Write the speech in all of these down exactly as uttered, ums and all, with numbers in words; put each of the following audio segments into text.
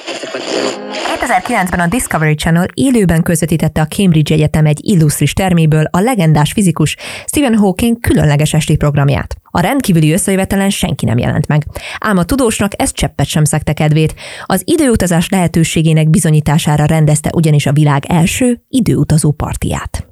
kétezer-kilencben a Discovery Channel élőben közvetítette a Cambridge Egyetem egy illusztris terméből a legendás fizikus Stephen Hawking különleges esti programját. A rendkívüli összejövetelen senki nem jelent meg. Ám a tudósnak ez cseppet sem szegte kedvét. Az időutazás lehetőségének bizonyítására rendezte ugyanis a világ első időutazó partiját.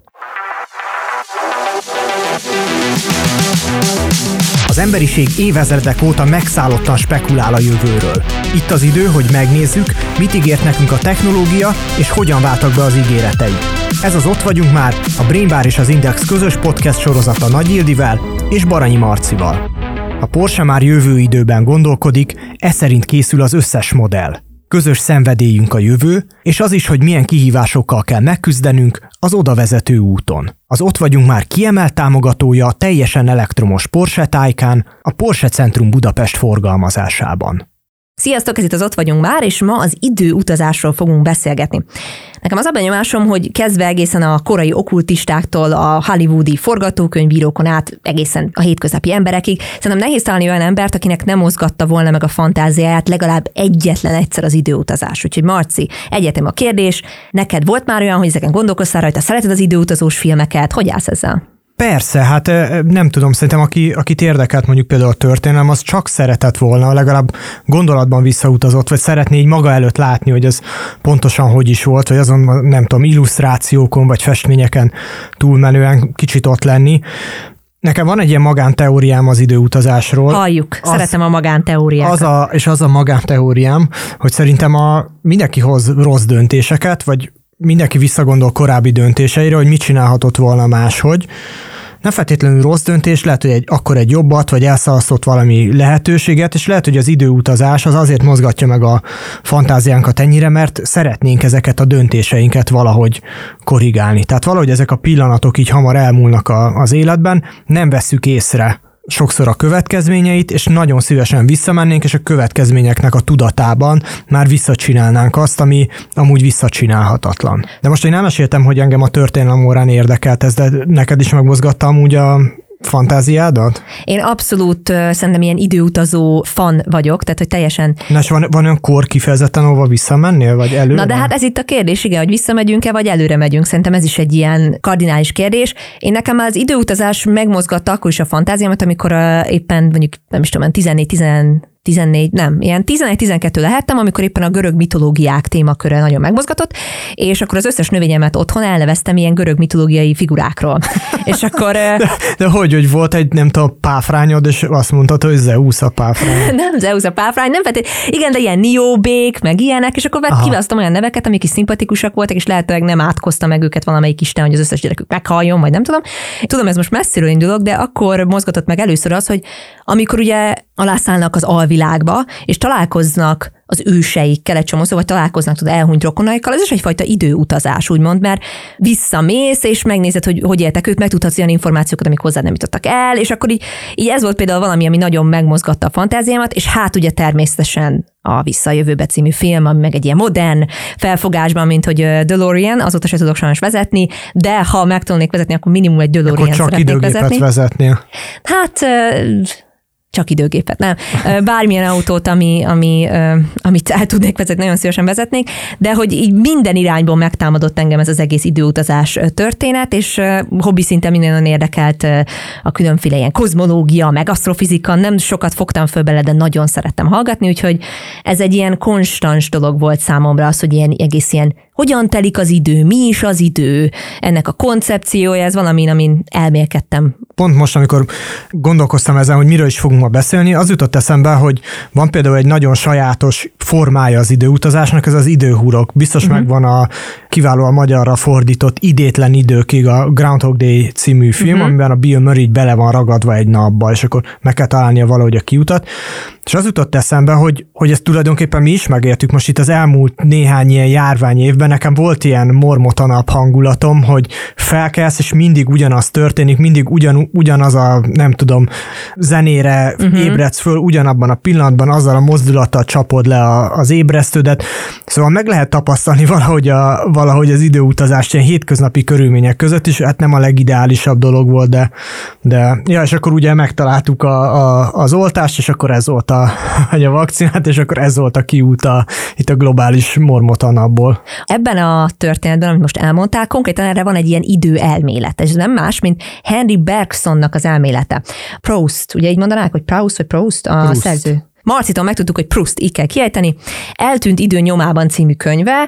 Az emberiség évezredek óta megszállottan spekulál a jövőről. Itt az idő, hogy megnézzük, mit ígért nekünk a technológia, és hogyan váltak be az ígéretei. Ez az Ott vagyunk már, a Brain Bar és az Index közös podcast sorozata Nagy Ildivel és Baranyi Marcival. A Porsche már jövő időben gondolkodik, ez szerint készül az összes modell. Közös szenvedélyünk a jövő, és az is, hogy milyen kihívásokkal kell megküzdenünk az odavezető úton. Az Ott vagyunk már kiemelt támogatója a teljesen elektromos Porsche Taycan, a Porsche Centrum Budapest forgalmazásában. Sziasztok, ez itt az Ott vagyunk már, és ma az időutazásról fogunk beszélgetni. Nekem az a benyomásom, hogy kezdve egészen a korai okkultistáktól a hollywoodi forgatókönyvírókon át egészen a hétköznapi emberekig, szerintem nehéz találni olyan embert, akinek nem mozgatta volna meg a fantáziáját legalább egyetlen egyszer az időutazás. Úgyhogy Marci, egyetem a kérdés, neked volt már olyan, hogy ezeken gondolkoztál rajta, szereted az időutazós filmeket, hogy állsz ezzel? Persze, hát nem tudom, szerintem aki, akit érdekelt mondjuk például a történelem, az csak szeretett volna, legalább gondolatban visszautazott, vagy szeretné így maga előtt látni, hogy ez pontosan hogy is volt, vagy azon nem tudom, illusztrációkon, vagy festményeken túlmenően kicsit ott lenni. Nekem van egy ilyen magánteóriám az időutazásról. Halljuk, az, szeretem a magánteóriákat. Az a, és az a magánteóriám, hogy szerintem a, mindenki hoz rossz döntéseket, vagy mindenki visszagondol korábbi döntéseire, hogy mit csinálhatott volna máshogy. Nem feltétlenül rossz döntés, lehet, hogy egy, akkor egy jobbat, vagy elszalasztott valami lehetőséget, és lehet, hogy az időutazás az azért mozgatja meg a fantáziánkat ennyire, mert szeretnénk ezeket a döntéseinket valahogy korrigálni. Tehát valahogy ezek a pillanatok így hamar elmúlnak a, az életben, nem vesszük észre sokszor a következményeit, és nagyon szívesen visszamennénk, és a következményeknek a tudatában már visszacsinálnánk azt, ami amúgy visszacsinálhatatlan. De most én elmeséltem, hogy engem a történelem órán érdekelt ez, de neked is megmozgatta amúgy a fantáziádat? Én abszolút uh, szerintem ilyen időutazó fan vagyok, tehát hogy teljesen... Na, és van, van olyan kor kifejezetten, ahova visszamennél, vagy előre? Na de hát ez itt a kérdés, igen, hogy visszamegyünk-e, vagy előre megyünk. Szerintem ez is egy ilyen kardinális kérdés. Én nekem az időutazás megmozgatta akkor is a fantáziámat, amikor uh, éppen mondjuk, nem is tudom, tizennégy tizennégy, nem, ilyen tizenegy-tizenkettő lehettem, amikor éppen a görög mitológiák témaköre nagyon megmozgatott, és akkor az összes növényemet otthon elneveztem ilyen görög mitológiai figurákról. És akkor... De, de hogy, hogy volt egy, nem tudom, páfrányod, és azt mondtad, hogy Zeus a páfrány. Nem, Zeus a páfrány, nem feltétlenül, igen, de ilyen Nióbék, meg ilyenek, és akkor kiválasztom olyan neveket, amik is szimpatikusak voltak, és lehetőleg nem átkozta meg őket valamelyik isten, hogy az összes gyerekük meghaljon, vagy nem tudom. Tudom, ez most messziről indulok, de akkor mozgatott meg először az, hogy amikor ugye alászállnak az alvilágba, és találkoznak az őseikkel egy csomószor, vagy találkoznak tud elhunyt rokonaikkal, ez is egyfajta időutazás, úgymond, mert visszamész, és megnézed, hogy hogy éltek ők, megtudhatsz olyan információkat, amik hozzád nem jutottak el, és akkor így, így ez volt például valami, ami nagyon megmozgatta a fantáziámat, és hát ugye természetesen a Vissza a jövőbe című film, ami meg egy ilyen modern felfogásban, mint hogy DeLorean, azóta se tudok sajnos vezetni, de ha meg tudnék vezetni, akkor minimum egy DeLorean szeretnék vezetni. Akkor csak időgépet vezetnél. Hát... Csak időgépet, nem. Bármilyen autót, ami, ami, amit el tudnék vezetni, nagyon szívesen vezetnék, de hogy így minden irányból megtámadott engem ez az egész időutazás történet, és hobbi szinten minden érdekelt a különféle ilyen kozmológia, meg asztrofizika, nem sokat fogtam föl bele, de nagyon szerettem hallgatni, úgyhogy ez egy ilyen konstans dolog volt számomra az, hogy ilyen egész ilyen hogyan telik az idő, mi is az idő, ennek a koncepciója, ez valamin, amin elmélkedtem. Pont most, amikor gondolkoztam ezen, hogy miről is fogunk ma beszélni, az jutott eszembe, hogy van például egy nagyon sajátos formája az időutazásnak, ez az időhurok. Biztos uh-huh. megvan a kiválóan magyarra fordított Idétlen időkig a Groundhog Day című film, uh-huh. amiben a Bill Murray bele van ragadva egy napba, és akkor meg kell találnia valahogy a kiutat. És az jutott eszembe, hogy, hogy ezt tulajdonképpen mi is megértük most itt az elmúlt néhány ilyen járvány évben. Nekem volt ilyen mormotanap hangulatom, hogy felkelsz, és mindig ugyanaz történik, mindig ugyan, ugyanaz a, nem tudom, zenére uh-huh. ébredsz föl, ugyanabban a pillanatban azzal a mozdulattal csapod le a, az ébresztődet. Szóval meg lehet tapasztalni valahogy, a, valahogy az időutazást ilyen hétköznapi körülmények között is, hát nem a legideálisabb dolog volt, de, de ja, és akkor ugye megtaláltuk a, a, az oltást, és akkor ez volt a, a vakcinát, és akkor ez volt a kiút a, itt a globális mormot a napból. Ebben a történetben, amit most elmondtál, konkrétan erre van egy ilyen időelmélet. Ez nem más, mint Henry Bergsonnak az elmélete. Proust, ugye így mondanák, hogy Proust vagy Proust a Proust. szerző. Marcitól megtudtuk, hogy Proust, így kell kiejteni. Eltűnt idő nyomában című könyve,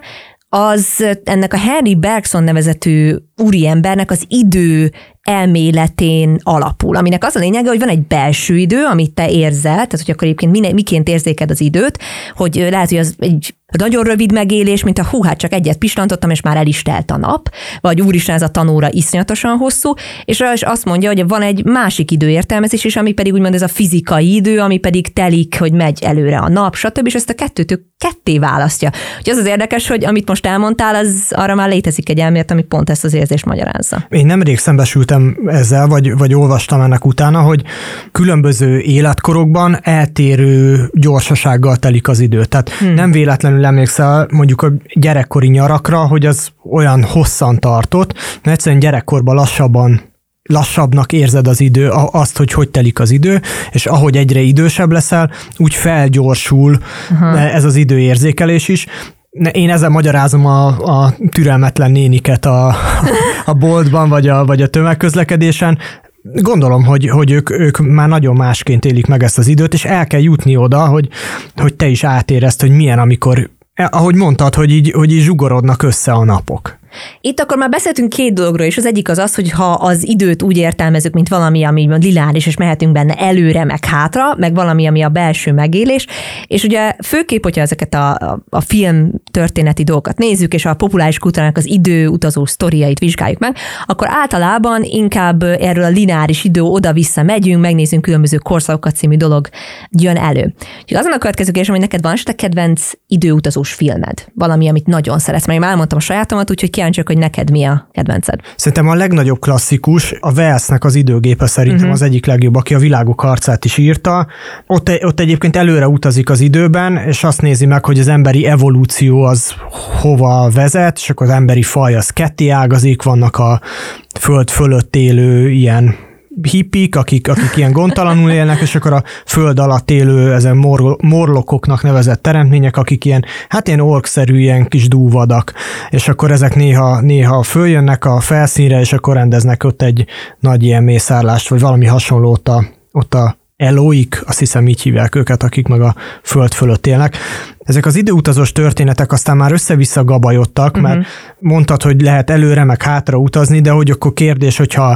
az ennek a Henry Bergson nevezetű úriembernek az idő elméletén alapul, aminek az a lényege, hogy van egy belső idő, amit te érzel, tehát hogy akkor egyébként miként érzéked az időt, hogy lehet, hogy az egy nagyon rövid megélés, mint a hú, hát csak egyet pislantottam, és már el is telt a nap, vagy úristen, ez a tanóra iszonyatosan hosszú, és azt mondja, hogy van egy másik időértelmezés is, ami pedig úgymond ez a fizikai idő, ami pedig telik, hogy megy előre a nap, stb. És ezt a kettőt ő ketté választja. Úgyhogy az az érdekes, hogy amit most elmondtál, az arra már létezik egy elmélet, ami pont ezt az érzést magyarázza. Én nemrég szembesültem ezzel, vagy, vagy olvastam ennek utána, hogy különböző életkorokban eltérő gyorsasággal telik az idő. Tehát hmm. nem véletlenül emlékszel mondjuk a gyerekkori nyarakra, hogy az olyan hosszan tartott, mert egyszerűen gyerekkorban lassabban lassabbnak érzed az idő, azt, hogy hogy telik az idő, és ahogy egyre idősebb leszel, úgy felgyorsul uh-huh. ez az időérzékelés is. Én ezzel magyarázom a, a türelmetlen néniket a, a boltban, vagy a, vagy a tömegközlekedésen. Gondolom, hogy, hogy ők, ők már nagyon másként élik meg ezt az időt, és el kell jutni oda, hogy, hogy te is átérezd, hogy milyen, amikor, ahogy mondtad, hogy így, hogy így zsugorodnak össze a napok. Itt akkor már beszéltünk két dologról, és az egyik az az, hogy ha az időt úgy értelmezzük, mint valami, ami lineáris, és mehetünk benne előre, meg hátra, meg valami, ami a belső megélés, és ugye főképp, hogyha ezeket a, a, a film történeti dolgokat nézzük, és a populáris kultúrának az időutazó sztoriait vizsgáljuk meg, akkor általában inkább erről a lineáris idő oda-vissza megyünk, megnézzünk különböző korszakokat című dolog jön elő. Úgyhogy azon a következő kérdésem, hogy neked van esetleg kedvenc időutazós filmed? Valami, amit nagyon szeretsz, mert én elmondtam a sajátomat, úgyhogy csak, hogy neked mi a kedvenced. Szerintem a legnagyobb klasszikus, a Wellsnek az Időgépe szerintem uh-huh. az egyik legjobb, aki a Világok harcát is írta. Ott, ott egyébként előre utazik az időben, és azt nézi meg, hogy az emberi evolúció az hova vezet, és akkor az emberi faj az ketté ágazik, vannak a föld fölött élő ilyen hippik, akik, akik ilyen gondtalanul élnek, és akkor a föld alatt élő ezen mor, morlokoknak nevezett teremtmények, akik ilyen, hát ilyen orkszerű, ilyen kis dúvadak, és akkor ezek néha, néha följönnek a felszínre, és akkor rendeznek ott egy nagy ilyen mészárlást, vagy valami hasonlót a, ott a Eloik, azt hiszem így hívják őket, akik meg a föld fölött élnek. Ezek az időutazós történetek aztán már össze-vissza gabajodtak, uh-huh. mert mondtad, hogy lehet előre meg hátra utazni, de hogy akkor kérdés, hogyha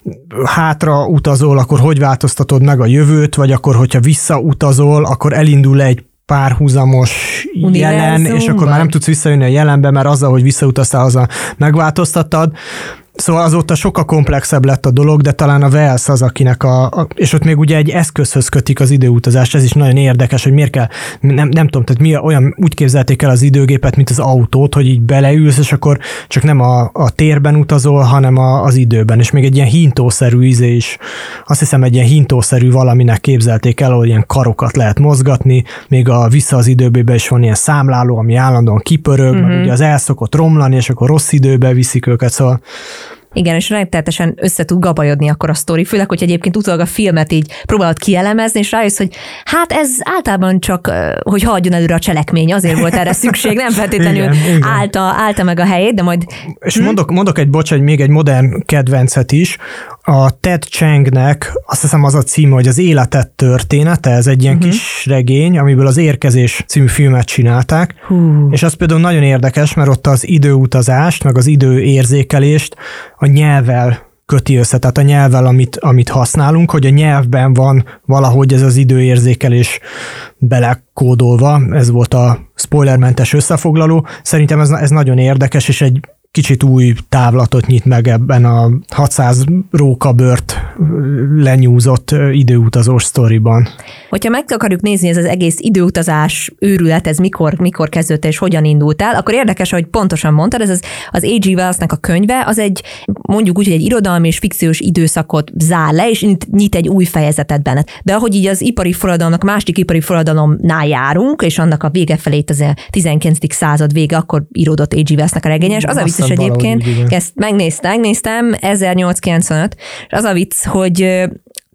hátra utazol, akkor hogy változtatod meg a jövőt, vagy akkor, hogyha visszautazol, akkor elindul egy párhuzamos jelen, és akkor már nem tudsz visszajönni a jelenbe, mert azzal, hogy visszautaztál, azzal megváltoztattad. Szóval azóta sokkal komplexebb lett a dolog, de talán a Wells az, akinek a, a... És ott még ugye egy eszközhöz kötik az időutazást, ez is nagyon érdekes, hogy miért kell, nem, nem tudom, tehát mi olyan, úgy képzelték el az időgépet, mint az autót, hogy így beleülsz, és akkor csak nem a, a térben utazol, hanem a, az időben, és még egy ilyen hintószerű izé is, azt hiszem egy ilyen hintószerű valaminek képzelték el, ahol ilyen karokat lehet mozgatni, még a Vissza az időbe is van ilyen számláló, ami állandóan kipörög, mm-hmm. meg ugye az el szokott romlani, és akkor rossz időbe viszik őket, szóval igen, és rettenetesen össze tud gabajodni akkor a sztori, főleg, hogy egyébként utólag a filmet így próbálod kielemezni, és rájössz, hogy hát ez általában csak, hogy haladjon előre a cselekmény, azért volt erre szükség, nem feltétlenül igen, állta, állta meg a helyét, de majd... És hm? mondok, mondok egy, bocs, egy, még egy modern kedvencet is, a Ted Chiangnek azt hiszem az a címe, hogy Az életed története, ez egy ilyen uh-huh. kis regény, amiből az Érkezés című filmet csinálták, uh. és az például nagyon érdekes, mert ott az időutazást, meg az időérzékelést a nyelvvel köti össze, tehát a nyelvvel, amit, amit használunk, hogy a nyelvben van valahogy ez az időérzékelés belekódolva, ez volt a spoilermentes összefoglaló. Szerintem ez, ez nagyon érdekes, és egy kicsit új távlatot nyit meg ebben a hatszáz rókabört lenyúzott időutazós sztoriban. Hogyha meg akarjuk nézni, ez az egész időutazás őrület, ez mikor, mikor kezdődött és hogyan indult el, akkor érdekes, hogy pontosan mondtad, ez az, az á gé Wellsnek a könyve, az egy mondjuk úgy, hogy egy irodalmi és fikciós időszakot zár le, és nyit egy új fejezetet benne. De ahogy így az ipari forradalomnak, másik ipari forradalomnál járunk, és annak a vége felé az a tizenkilencedik század vége, akkor íródott á gé Wellsnek a regénye, és az a vicces egyébként, ezt megnéztem, megnéztem, ezernyolcszázkilencvenöt, és az a vicc, hogy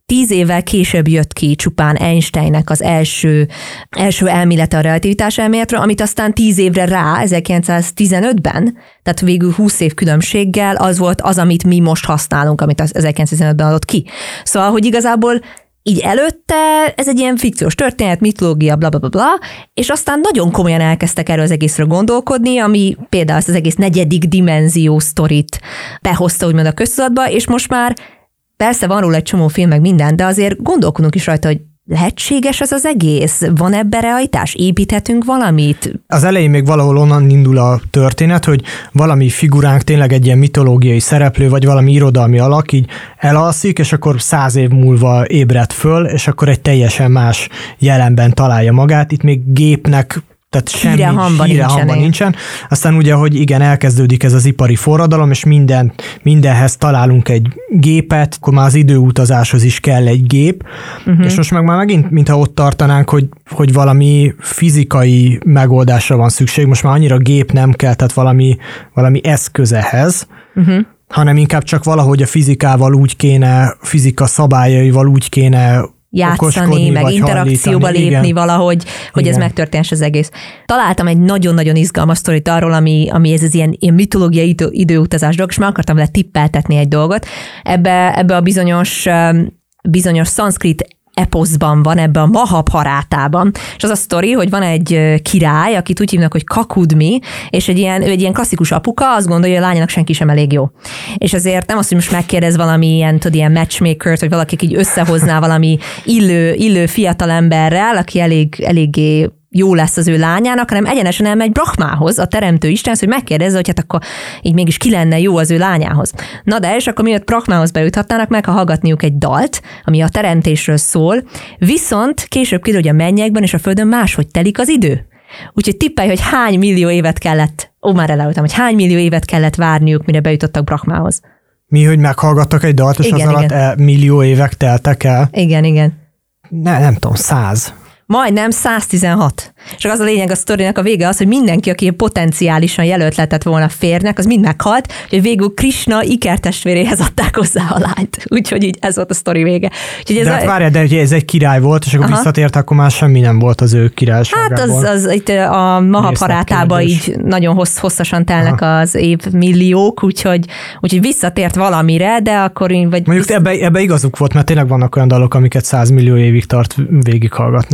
Tíz évvel később jött ki csupán Einsteinnek az első, első elmélete a relativitás elméletről, amit aztán tíz évre rá, ezerkilencszáztizenötben, tehát végül húsz év különbséggel az volt az, amit mi most használunk, amit az ezerkilencszáztizenötben adott ki. Szóval, hogy igazából így előtte ez egy ilyen fikciós történet, mitológia, bla, bla, bla, bla, és aztán nagyon komolyan elkezdtek erről az egészről gondolkodni, ami például ezt az egész negyedik dimenzió sztorit behozta úgymond a köztudatba, és most már persze van róla egy csomó film, meg minden, de azért gondolkodunk is rajta, hogy lehetséges ez az egész? Van ebben realitás? Építhetünk valamit? Az elején még valahol onnan indul a történet, hogy valami figuránk tényleg egy ilyen mitológiai szereplő, vagy valami irodalmi alak így elalszik, és akkor száz év múlva ébred föl, és akkor egy teljesen más jelenben találja magát. Itt még gépnek tehát semmi híre hamba nincsen, nincsen. Aztán ugye, hogy igen, elkezdődik ez az ipari forradalom, és minden, mindenhez találunk egy gépet, akkor már az időutazáshoz is kell egy gép, uh-huh. és most meg már megint, mintha ott tartanánk, hogy, hogy valami fizikai megoldásra van szükség, most már annyira gép nem kell, tehát valami, valami eszközehez, uh-huh. hanem inkább csak valahogy a fizikával úgy kéne, fizika szabályaival úgy kéne játszani, meg interakcióba lépni igen. valahogy, hogy igen. ez megtörténjen az egész. Találtam egy nagyon-nagyon izgalmas sztorit arról, ami, ami ez az ilyen, ilyen mitológiai idő, időutazás dolog, és meg akartam vele tippeltetni egy dolgot. Ebbe, ebbe a bizonyos, bizonyos szanszkrit eposzban van, ebben a Mahabharátában. És az a sztori, hogy van egy király, akit úgy hívnak, hogy Kakudmi, és egy ilyen, ő egy ilyen klasszikus apuka, azt gondolja, hogy a lányának senki sem elég jó. És azért nem azt, hogy most megkérdez valami ilyen, tudod, ilyen matchmakert, vagy valaki így összehozná valami illő, illő fiatalemberrel, aki elég, eléggé jó lesz az ő lányának, hanem egyenesen elmegy Brahmához, a teremtő Istenhez, hogy megkérdezze, hogy hát akkor így mégis ki lenne jó az ő lányához. Na de, és akkor miatt Brahmához bejuthatnának, meg ha hallgatniuk egy dalt, ami a teremtésről szól, viszont később kiderül, hogy a mennyekben és a földön máshogy telik az idő. Úgyhogy tippelj, hogy hány millió évet kellett, ó, már elárultam, hogy hány millió évet kellett várniuk, mire bejutottak Brahmához. Mi, hogy meghallgattak egy dalt, és igen, az igen. alatt millió évek teltek el? Igen, igen. Ne, nem tudom, száz. Majdnem száztizenhat. Csak az a lényeg a sztorinak a vége az, hogy mindenki, aki potenciálisan jelölt lehetett volna férnek, az mind meghalt, hogy végül Krishna ikertestvéréhez adták hozzá a lányt. Úgyhogy így ez volt a sztori vége. Úgyhogy ez de hát a... várjál, de ez egy király volt, és akkor aha. visszatért, akkor már semmi nem volt az ő királyságából. Hát az, az itt a Mahabharátában így nagyon hossz, hosszasan telnek aha. az évmilliók, úgyhogy, úgyhogy visszatért valamire, de akkor... Vagy mondjuk vissz... ebbe, ebbe igazuk volt, mert tényleg vannak olyan dalok, amiket száz millió évig tart végighallgatni.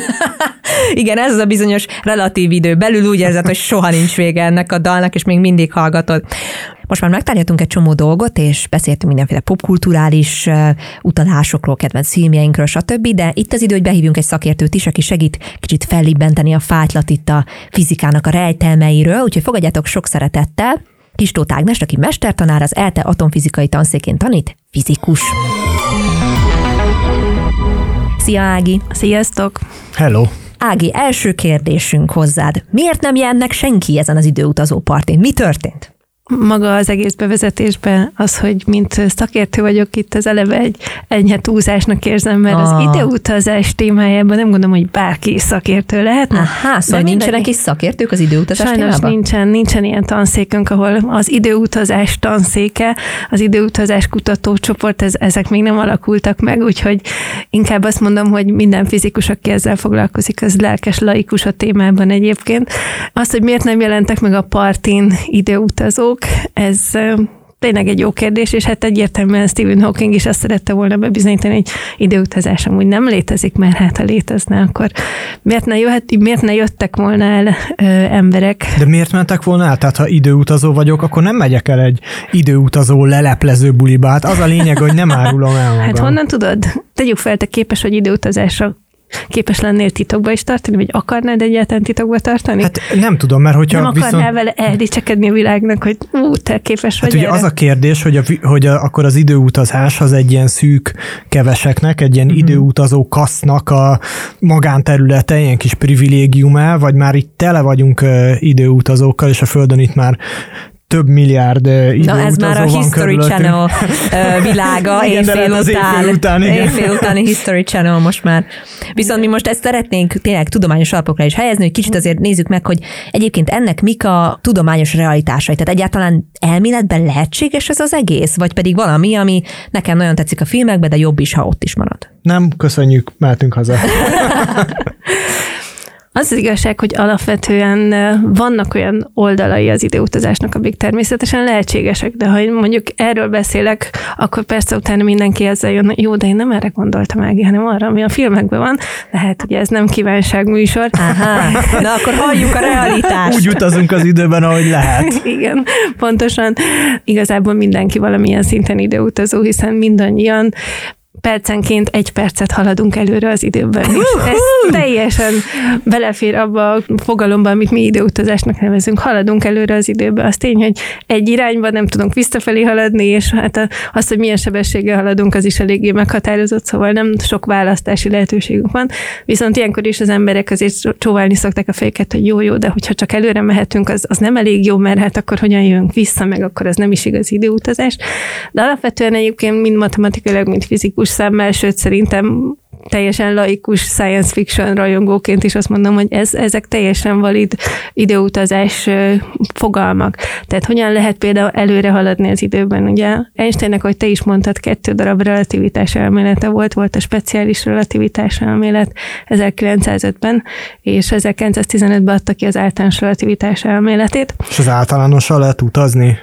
Igen, ez az a bizonyos relatív idő. Belül úgy érzed, hogy soha nincs vége ennek a dalnak, és még mindig hallgatod. Most már megtárgyaltunk egy csomó dolgot, és beszéltünk mindenféle popkulturális uh, utalásokról, kedvenc filmjeinkről, stb., de itt az idő, hogy behívjunk egy szakértőt is, aki segít kicsit fellibbenteni a fájtlat itt a fizikának a rejtelmeiről, úgyhogy fogadjátok sok szeretettel Kis Tóth Ágnest, aki mestertanár, az ELTE atomfizikai tanszékén tanít, fizikus. Szia, Ági! Sziasztok! Hello! Ági, első kérdésünk hozzád. Miért nem jönnek senki ezen az időutazó partin? Mi történt? Maga az egész bevezetésben az, hogy mint szakértő vagyok itt, az eleve egy enyhe túlzásnak érzem, mert ah. az időutazás témájában nem gondolom, hogy bárki szakértő lehetne. Aha, szóval nincsenek is szakértők az időutazás Sajnos témában? Sajnos nincsen, nincsen ilyen tanszékünk, ahol az időutazás tanszéke, az időutazás kutatócsoport, ez, ezek még nem alakultak meg, úgyhogy inkább azt mondom, hogy minden fizikus, aki ezzel foglalkozik, az lelkes laikus a témában egyébként. Az, hogy miért nem jelentek meg a partin időutazók, ez tényleg egy jó kérdés, és hát egyértelműen Stephen Hawking is azt szerette volna bebizonyítani, hogy időutazás amúgy nem létezik, mert hát ha létezne, akkor miért ne, jöhet, miért ne jöttek volna el ö, emberek? De miért mentek volna el? Tehát ha időutazó vagyok, akkor nem megyek el egy időutazó leleplező buliba. Hát az a lényeg, hogy nem árulom el magam. Hát honnan tudod? Tegyük fel, te képes vagy időutazásra képes lennél titokba is tartani, vagy akarnád egyáltalán titokba tartani? Hát nem tudom, mert hogyha nem akarnál viszont... vele eldicsekedni a világnak, hogy ú, te képes vagy hát ugye erre? Az a kérdés, hogy, a, hogy a, akkor az időutazás az egy ilyen szűk keveseknek, egy ilyen uh-huh. időutazó kasznak a magánterülete, ilyen kis privilégiumá, vagy már itt tele vagyunk uh, időutazókkal, és a Földön itt már több milliárd időutazó van. Na ez már a History körülöttünk. Channel világa, éjfél után. után éjfél utáni History Channel most már. Viszont mi most ezt szeretnénk tényleg tudományos alapokra is helyezni, hogy kicsit azért nézzük meg, hogy egyébként ennek mik a tudományos realitásai. Tehát egyáltalán elméletben lehetséges ez az egész, vagy pedig valami, ami nekem nagyon tetszik a filmekben, de jobb is, ha ott is marad. Nem, köszönjük, mehetünk haza. Az az igazság, hogy alapvetően vannak olyan oldalai az időutazásnak, amik természetesen lehetségesek, de ha én mondjuk erről beszélek, akkor persze utána mindenki ezzel jön, jó, de én nem erre gondoltam, Ági, hanem arra, ami a filmekben van, lehet, hogy ez nem kívánságműsor. Aha, na akkor halljuk a realitást. Úgy utazunk az időben, ahogy lehet. Igen, pontosan. Igazából mindenki valamilyen szinten időutazó, hiszen mindannyian percenként egy percet haladunk előre az időben. És ez teljesen belefér abba a fogalomba, amit mi időutazásnak nevezünk. Haladunk előre az időbe. Az tény, hogy egy irányba nem tudunk visszafelé haladni, és hát az, hogy milyen sebességgel haladunk, az is eléggé meghatározott, szóval nem sok választási lehetőségünk van. Viszont ilyenkor is az emberek azért csóválni szokták a fejüket, hogy jó-jó, de hogyha csak előre mehetünk, az, az nem elég jó, mert hát akkor hogyan jövünk vissza, meg akkor az nem is igaz időutazás. De alapvetően egyébként mind matematikailag, mind fizikus szemmel, sőt szerintem teljesen laikus science fiction rajongóként is azt mondom, hogy ez, ezek teljesen valid időutazás fogalmak. Tehát hogyan lehet például előre haladni az időben? Ugye Einsteinnek, ahogy te is mondtad, kettő darab relativitás elmélete volt, volt a speciális relativitás elmélet ezerkilencszázötben, és ezerkilencszáztizenötben adta ki az általános relativitás elméletét. És az általánossal lehet utazni?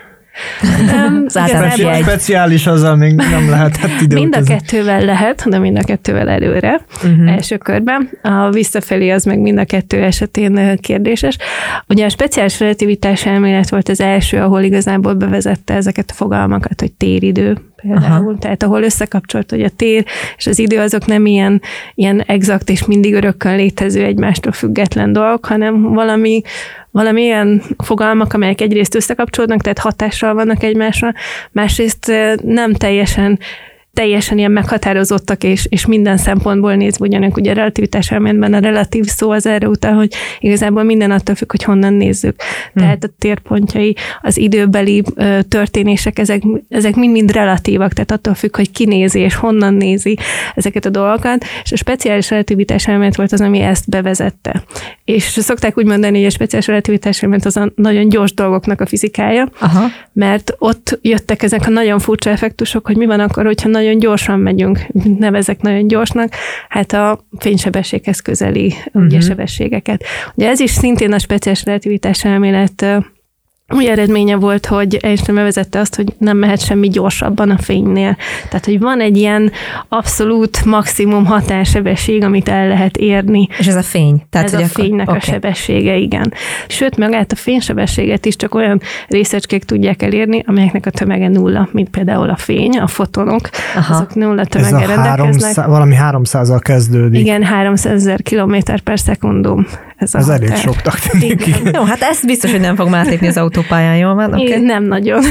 Um, Speci- speciális azzal még nem lehetett időutazni. Mind a kettővel lehet, de mind a kettővel előre, uh-huh. első körben. A visszafelé az meg mind a kettő esetén kérdéses. Ugye a speciális relativitás elmélet volt az első, ahol igazából bevezette ezeket a fogalmakat, hogy téridő például. Aha. Tehát ahol összekapcsolt, hogy a tér és az idő azok nem ilyen, ilyen exakt és mindig örökkön létező egymástól független dolgok, hanem valami valami ilyen fogalmak, amelyek egyrészt összekapcsolódnak, tehát hatással vannak egymásra, másrészt nem teljesen teljesen ilyen meghatározottak, és, és minden szempontból nézve ugyanúgy, ugye a relativitás elméletben a relatív szó az erre utal, hogy igazából minden attól függ, hogy honnan nézzük. Hmm. Tehát a térpontjai, az időbeli ö, történések, ezek, ezek mind-mind relatívak, tehát attól függ, hogy ki nézi, és honnan nézi ezeket a dolgokat, és a speciális relativitás elmélet volt az, ami ezt bevezette. És szokták úgy mondani, hogy a speciális relativitás elmélet az a nagyon gyors dolgoknak a fizikája, aha. mert ott jöttek ezek a nagyon furcsa effektusok, hogy mi van akkor, hogyha nagyon gyorsan megyünk, nevezek nagyon gyorsnak, hát a fénysebességhez közeli uh-huh. ugye, sebességeket. Ugye ez is szintén a speciális relativitás elmélet új eredménye volt, hogy Einstein bevezette azt, hogy nem mehet semmi gyorsabban a fénynél. Tehát, hogy van egy ilyen abszolút maximum határsebesség, amit el lehet érni. És ez a fény? Tehát, ez a fénynek akkor... a okay. sebessége, igen. Sőt, magát a fénysebességet is csak olyan részecskék tudják elérni, amelyeknek a tömege nulla, mint például a fény, a fotonok, aha. azok nulla tömeggel rendelkeznek. Három, valami háromszázzal kezdődik. Igen, háromszázezer kilométer per szekundum. Ez, ez elég soknak tűnik. Jó, hát ezt biztos, hogy nem fog már lépni az autópályán, jól van? Okay. Nem nagyon.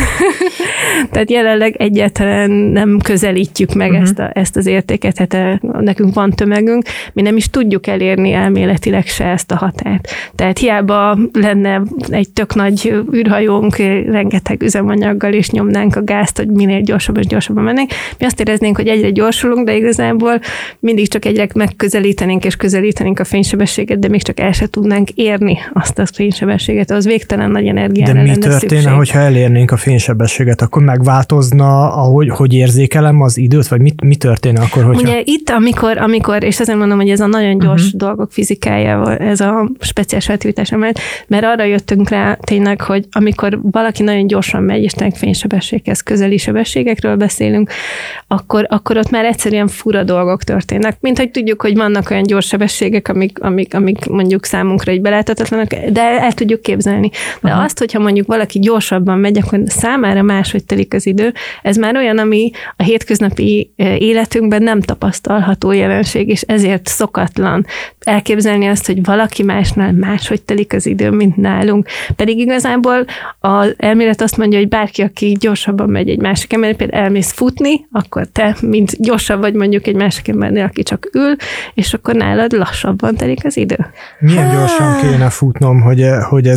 Tehát jelenleg egyáltalán nem közelítjük meg uh-huh. ezt, a, ezt az értéket, hát nekünk van tömegünk, mi nem is tudjuk elérni elméletileg se ezt a határt. Tehát hiába lenne egy tök nagy űrhajónk, rengeteg üzemanyaggal, és nyomnánk a gázt, hogy minél gyorsabban és gyorsabban mennénk. Mi azt éreznénk, hogy egyre gyorsulunk, de igazából mindig csak egyre megközelítenénk és közelítenénk a fénysebességet, de még csak el se tudnánk érni azt a fénysebességet, az végtelen nagy energiára lenne szükség. De mi történne, hogyha elérnénk a fénysebességet, akkor megváltozna, ahogy hogy érzékelem az időt, vagy mit, mi történne akkor, hogyha... Ugye itt, amikor, amikor, és azért mondom, hogy ez a nagyon gyors uh-huh. dolgok fizikája, ez a speciális relativitás emelet, mert arra jöttünk rá tényleg, hogy amikor valaki nagyon gyorsan megy, és tényleg fénysebességhez közeli sebességekről beszélünk, akkor, akkor ott már egyszerűen fura dolgok történnek. Mint hogy tudjuk, hogy vannak olyan gyors sebességek, amik, amik, amik mondjuk számunkra így beláthatatlanak, de el, el tudjuk képzelni. De uh-huh. azt, hogyha mondjuk valaki gyorsabban megy, akkor számára máshogy telik az idő. Ez már olyan, ami a hétköznapi életünkben nem tapasztalható jelenség, és ezért szokatlan elképzelni azt, hogy valaki másnál máshogy telik az idő, mint nálunk. Pedig igazából az elmélet azt mondja, hogy bárki, aki gyorsabban megy egy másik ember, például elmész futni, akkor te, mint gyorsabb vagy mondjuk egy másik embernél, aki csak ül, és akkor nálad lassabban telik az idő. Milyen gyorsan kéne futnom, hogy, hogy ez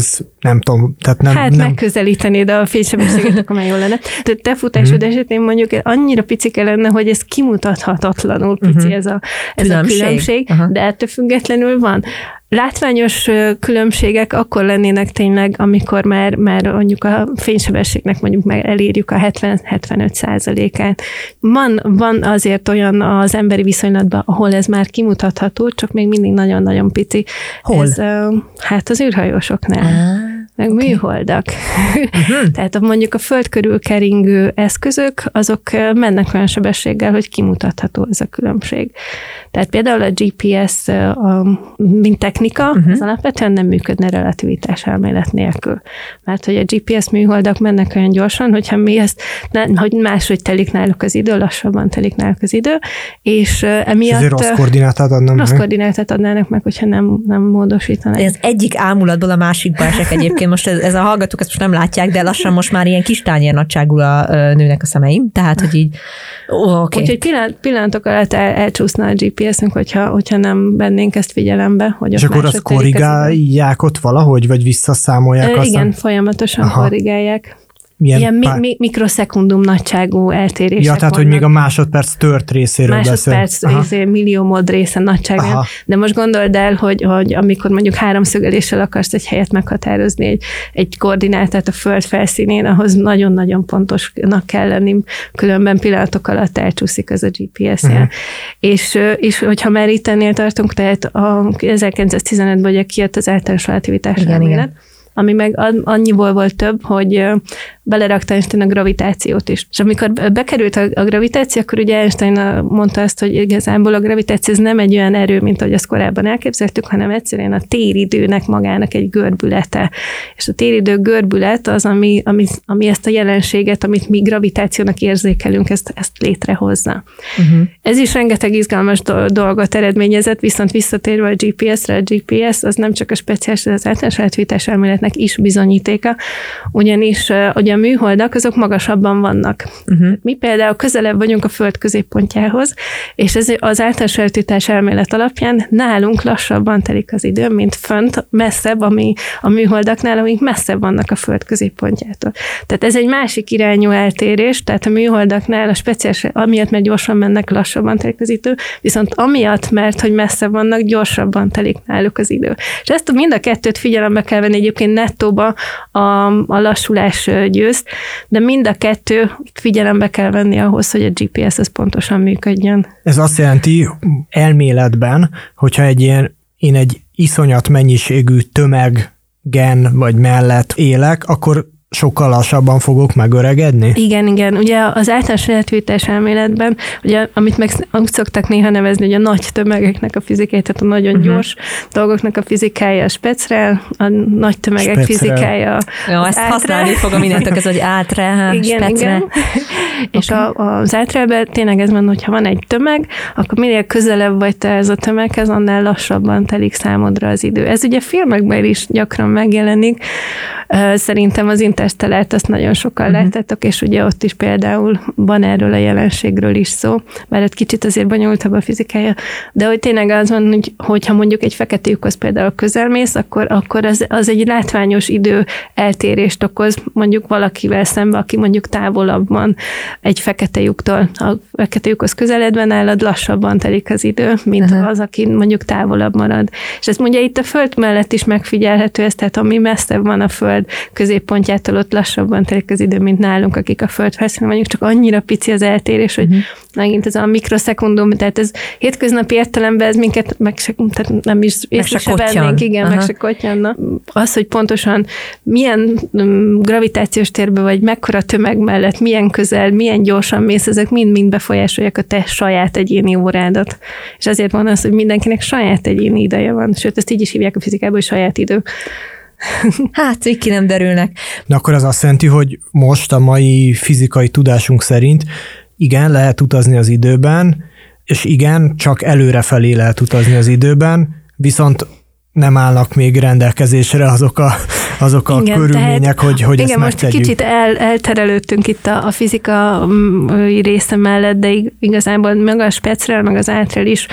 nem tudom, tehát nem... Hát nem... megközelítenéd a fénysebességet, akkor már jól lenne. De te futásod mm. esetén mondjuk annyira picike lenne, hogy ez kimutathatatlanul pici uh-huh. ez, a, ez a különbség, uh-huh. de ettől függetlenül van. Látványos különbségek akkor lennének tényleg, amikor már, már mondjuk a fénysebességnek mondjuk meg elérjük a hetven-hetvenöt százalékát. Van, van azért olyan az emberi viszonylatban, ahol ez már kimutatható, csak még mindig nagyon-nagyon pici. Hol? Ez, hát az űrhajósoknál. Ah. Meg okay. műholdak. Uh-huh. Tehát mondjuk a föld körül keringő eszközök, azok mennek olyan sebességgel, hogy kimutatható ez a különbség. Tehát például a gé pé es, a, mint technika, uh-huh. az alapvetően nem működne relativitás elmélet nélkül. Mert hogy a gé pé es műholdak mennek olyan gyorsan, hogyha mi ezt, ne, hogy máshogy telik náluk az idő, lassabban telik náluk az idő, és emiatt... És ezért rossz koordinátát adnak Rossz koordinátát adnának meg, hogyha nem, nem módosítanak. Ez egyik ámulatból a másikba esek egyébként. Most ez, ez a hallgatók ezt most nem látják, de lassan most már ilyen kis tányér nagyságú a nőnek a szemeim, tehát, hogy így oh, okay. Úgyhogy pillanat, pillanatok alatt el, elcsúszna a gé pé esünk, hogyha, hogyha nem vennénk ezt figyelembe. Hogy és akkor azt korrigálják ott valahogy, vagy visszaszámolják? Ö, igen, folyamatosan Aha. korrigálják. Milyen Ilyen mi, mi, mikroszekundum nagyságú eltérések Ja, tehát, vannak. hogy még a másodperc tört részéről Másodperc részé, milliómod része nagyságán. Aha. De most gondold el, hogy, hogy amikor mondjuk háromszögeléssel akarsz egy helyet meghatározni, egy, egy koordinátát a föld felszínén, ahhoz nagyon-nagyon pontosnak kell lenni, különben pillanatok alatt elcsúszik az a gé pé es-jel. Uh-huh. És, és hogyha már itt ennél tartunk, tehát a ezerkilencszáztizenötben ugye kijött az általános relativitás elmélet, ami meg annyiból volt több, hogy belerakta Einstein a gravitációt is. És amikor bekerült a gravitáció, akkor ugye Einstein mondta azt, hogy igazából a gravitáció ez nem egy olyan erő, mint ahogy azt korábban elképzeltük, hanem egyszerűen a téridőnek magának egy görbülete. És a téridő görbület az, ami, ami, ami ezt a jelenséget, amit mi gravitációnak érzékelünk, ezt, ezt létrehozza. Uh-huh. Ez is rengeteg izgalmas dolgot eredményezett, viszont visszatérve a gé pé es-re, a gé pé es az nem csak a speciális, az általános relativitás elméletnek is bizonyítéka, ugyanis ugye a műholdak azok magasabban vannak. Uh-huh. Mi például közelebb vagyunk a Föld középpontjához, és ez az általános relativitás elmélet alapján nálunk lassabban telik az idő, mint fönt, messzebb, ami a műholdaknál, amik messzebb vannak a Föld középpontjától. Tehát ez egy másik irányú eltérés, tehát a műholdaknál a speciális, amiatt, mert gyorsan mennek, lassabban telik az idő, viszont amiatt, mert hogy messze vannak, gyorsabban telik náluk az idő. És ezt mind a kettőt figyelembe kell venni, egyébként nettóba a, a lassulás győz, de mind a kettő figyelembe kell venni ahhoz, hogy a gé pé es az pontosan működjön. Ez azt jelenti elméletben, hogyha egy ilyen, én egy iszonyat mennyiségű tömegen vagy mellett élek, akkor sokkal lassabban fogok megöregedni? Igen, igen. Ugye az általános relativitás elméletben, ugye, amit meg úgy szoktak néha nevezni, hogy a nagy tömegeknek a fizikája, tehát a nagyon uh-huh. gyors dolgoknak a fizikája a specrel, a nagy tömegek specrel. fizikája Jó, ezt átrel. Használni fogom mindentől, ez, hogy átrel, igen, specrel. Igen. És okay. a, az átrelben tényleg ez van, hogyha van egy tömeg, akkor minél közelebb vagy te ez a tömeghez, annál lassabban telik számodra az idő. Ez ugye filmekben is gyakran megjelenik. Szerintem az Interstellárt azt nagyon sokan uh-huh. láttátok, és ugye ott is például van erről a jelenségről is szó, mert ott kicsit azért bonyolultabb a fizikája, de hogy tényleg az van, hogy, hogyha mondjuk egy fekete lyukhoz például közelmész, akkor, akkor az, az egy látványos idő eltérést okoz mondjuk valakivel szemben, aki mondjuk távolabb van egy fekete lyuktól. A fekete lyukhoz közeledve nálad lassabban telik az idő, mint uh-huh. az, aki mondjuk távolabb marad. És ez ugye itt a Föld mellett is megfigyelhető, ez, tehát ami messzebb van a Föld középpontjától, ott lassabban telik az idő, mint nálunk, akik a Föld felszínen vagyunk, csak annyira pici az eltérés, hogy uh-huh. megint ez a mikroszekundum, tehát ez hétköznapi értelemben ez minket meg se, tehát nem is észre se vennénk, igen, Aha. meg se kottyanna. Az, hogy pontosan milyen gravitációs térben vagy, mekkora tömeg mellett, milyen közel, milyen gyorsan mész, ezek mind-mind befolyásolják a te saját egyéni órádat. És ezért van az, hogy mindenkinek saját egyéni ideje van. Sőt, ezt így is hívják a fizikában, hogy saját idő. Hát, így ki nem derülnek. Na akkor az azt jelenti, hogy most a mai fizikai tudásunk szerint igen, lehet utazni az időben, és igen, csak előrefelé lehet utazni az időben, viszont nem állnak még rendelkezésre azok a, azok a igen, körülmények, tehát, hogy, hogy igen, ezt most megtegyük. Kicsit el, elterelődtünk itt a, a fizika része mellett, de igazából meg a specrel, meg az átrel is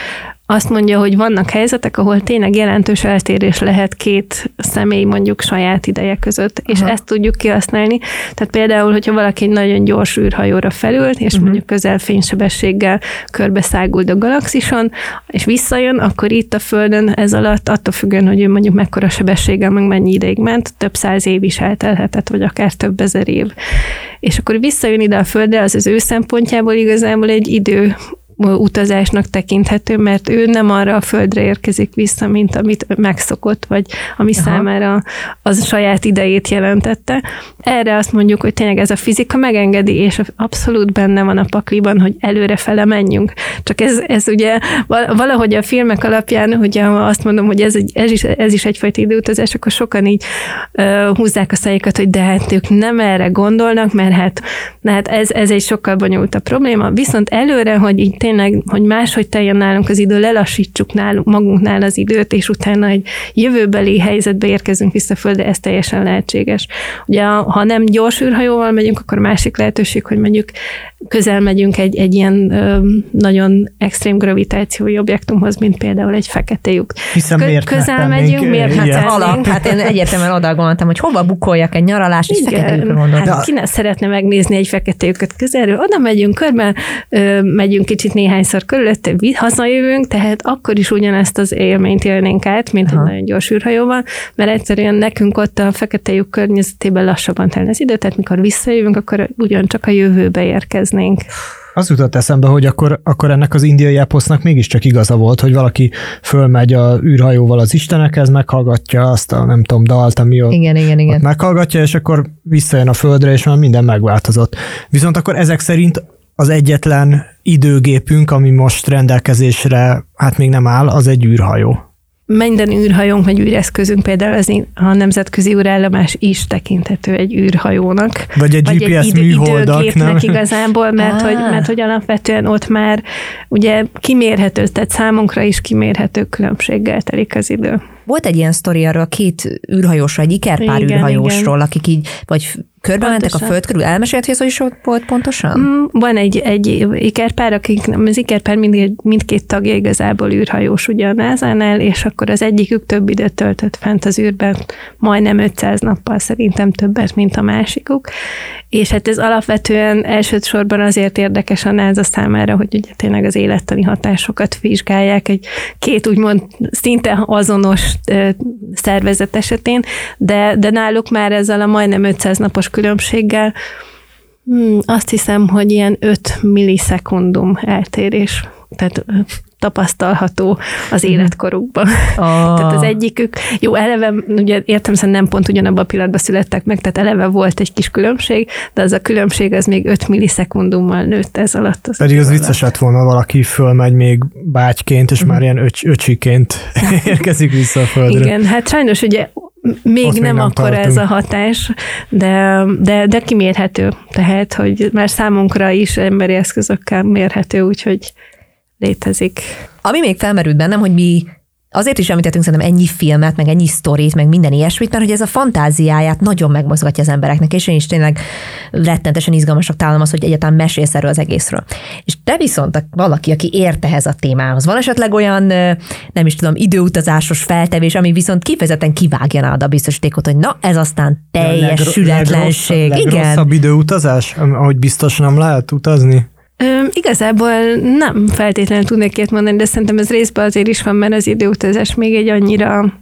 azt mondja, hogy vannak helyzetek, ahol tényleg jelentős eltérés lehet két személy mondjuk saját ideje között, és Aha. ezt tudjuk kihasználni. Tehát például, hogyha valaki egy nagyon gyors űrhajóra felül, és uh-huh. mondjuk közel fénysebességgel körbeszáguld a galaxison, és visszajön, akkor itt a Földön ez alatt, attól függően, hogy ő mondjuk mekkora sebességgel, meg mennyi ideig ment, több száz év is eltelhetett, vagy akár több ezer év. És akkor visszajön ide a Földre, az az ő szempontjából igazából egy idő utazásnak tekinthető, mert ő nem arra a Földre érkezik vissza, mint amit megszokott, vagy ami Aha. számára az saját idejét jelentette. Erre azt mondjuk, hogy tényleg ez a fizika megengedi, és abszolút benne van a pakliban, hogy előrefele menjünk. Csak ez, ez ugye valahogy a filmek alapján, ugye azt mondom, hogy ez, egy, ez, is, ez is egyfajta időutazás, akkor sokan így uh, húzzák a szájukat, hogy de hát ők nem erre gondolnak, mert hát, hát ez, ez egy sokkal bonyolultabb probléma. Viszont előre, hogy így tényleg, hogy máshogy teljen nálunk az idő, lelassítsuk nálunk, magunknál az időt, és utána egy jövőbeli helyzetbe érkezünk vissza a Földre, ez teljesen lehetséges. Ugye, ha nem gyors űrhajóval megyünk, akkor másik lehetőség, hogy mondjuk közel megyünk egy, egy ilyen ö, nagyon extrém gravitációi objektumhoz, mint például egy fekete lyuk. Hiszen Kö- miért közel megyünk, miért hát alap, hát én egyértelműen oda gondoltam, hogy hova bukoljak egy nyaralás, és fekete lyukra gondoltam. Hát ki ne szeretne megnézni egy fekete lyukat közelről, oda megyünk körbe, ö, megyünk kicsit néhányszor körülötte, hazajövünk, tehát akkor is ugyanezt az élményt élnénk át, mint Aha. egy nagyon gyors űrhajóval, mert egyszerűen nekünk ott a fekete lyuk környezetében lassabban telne az idő, tehát mikor visszajövünk, akkor ugyancsak a jövőbe érkeznénk. Az jutott eszembe, hogy akkor, akkor ennek az indiai eposznak mégiscsak igaza volt, hogy valaki fölmegy a űrhajóval az istenekhez, meghallgatja azt a nem tudom, dalt, ami ott, igen, igen, igen. ott meghallgatja, és akkor visszajön a Földre, és már minden megváltozott. Viszont akkor ezek szerint az egyetlen időgépünk, ami most rendelkezésre hát még nem áll, az egy űrhajó. Minden űrhajónk, vagy űreszközünk, például az a nemzetközi űrállomás is tekinthető egy űrhajónak. Vagy egy vagy gé pé es egy idő, műholdak, időgépnek nem? igazából, mert, ah. hogy, mert hogy alapvetően ott már ugye kimérhető, tehát számunkra is kimérhető különbséggel telik az idő. Volt egy ilyen sztori arról két űrhajósról, egy ikerpár igen, űrhajósról, igen. akik így, vagy körbe mentek a Föld körül. Elmesélt, hogy ez is volt pontosan? Van egy, egy ikerpár, akik, az ikerpár mind, mindkét tagja igazából űrhajós ugye a názánál, és akkor az egyikük több időt töltött fent az űrben, majdnem ötszáz nappal, szerintem többet, mint a másikuk. És hát ez alapvetően elsősorban azért érdekes a NASA számára, hogy ugye tényleg az élettani hatásokat vizsgálják egy két úgymond szinte azonos szervezet esetén, de, de náluk már ezzel a majdnem ötszáz napos különbséggel hmm, azt hiszem, hogy ilyen öt millisekundum eltérés, tehát tapasztalható az életkorukban. Oh. Tehát az egyikük, jó, eleve, ugye értem szerint nem pont ugyanabban a pillanatban születtek meg, tehát eleve volt egy kis különbség, de az a különbség az még öt millisekundummal nőtt ez alatt. Az Pedig az vicces lett volna, valaki fölmegy még bátyként, és mm. már ilyen öcs, öcsiként érkezik vissza a Földre. Igen, hát sajnos ugye még nem, még nem akkora ez a hatás, de, de, de kimérhető. Tehát, hogy már számunkra is emberi eszközökkel mérhető, úgyhogy létezik. Ami még felmerült bennem, hogy mi azért is említettünk szerintem ennyi filmet, meg ennyi sztorit, meg minden ilyesmit, mert hogy ez a fantáziáját nagyon megmozgatja az embereknek, és én is tényleg rettentesen izgalmasnak találom azt, hogy egyáltalán mesélsz erről az egészről. És te viszont valaki, aki ért ehhez a témához. Van esetleg olyan, nem is tudom, időutazásos feltevés, ami viszont kifejezetten kivágja nálad a biztosítékot, hogy na, ez aztán teljes sületlenség. Legrosszabb, legrosszabb időutazás, ahogy biztos nem lehet utazni? Ö, igazából nem feltétlenül tudnék ilyet mondani, de szerintem ez részben azért is van, mert az időutazás még egy annyira,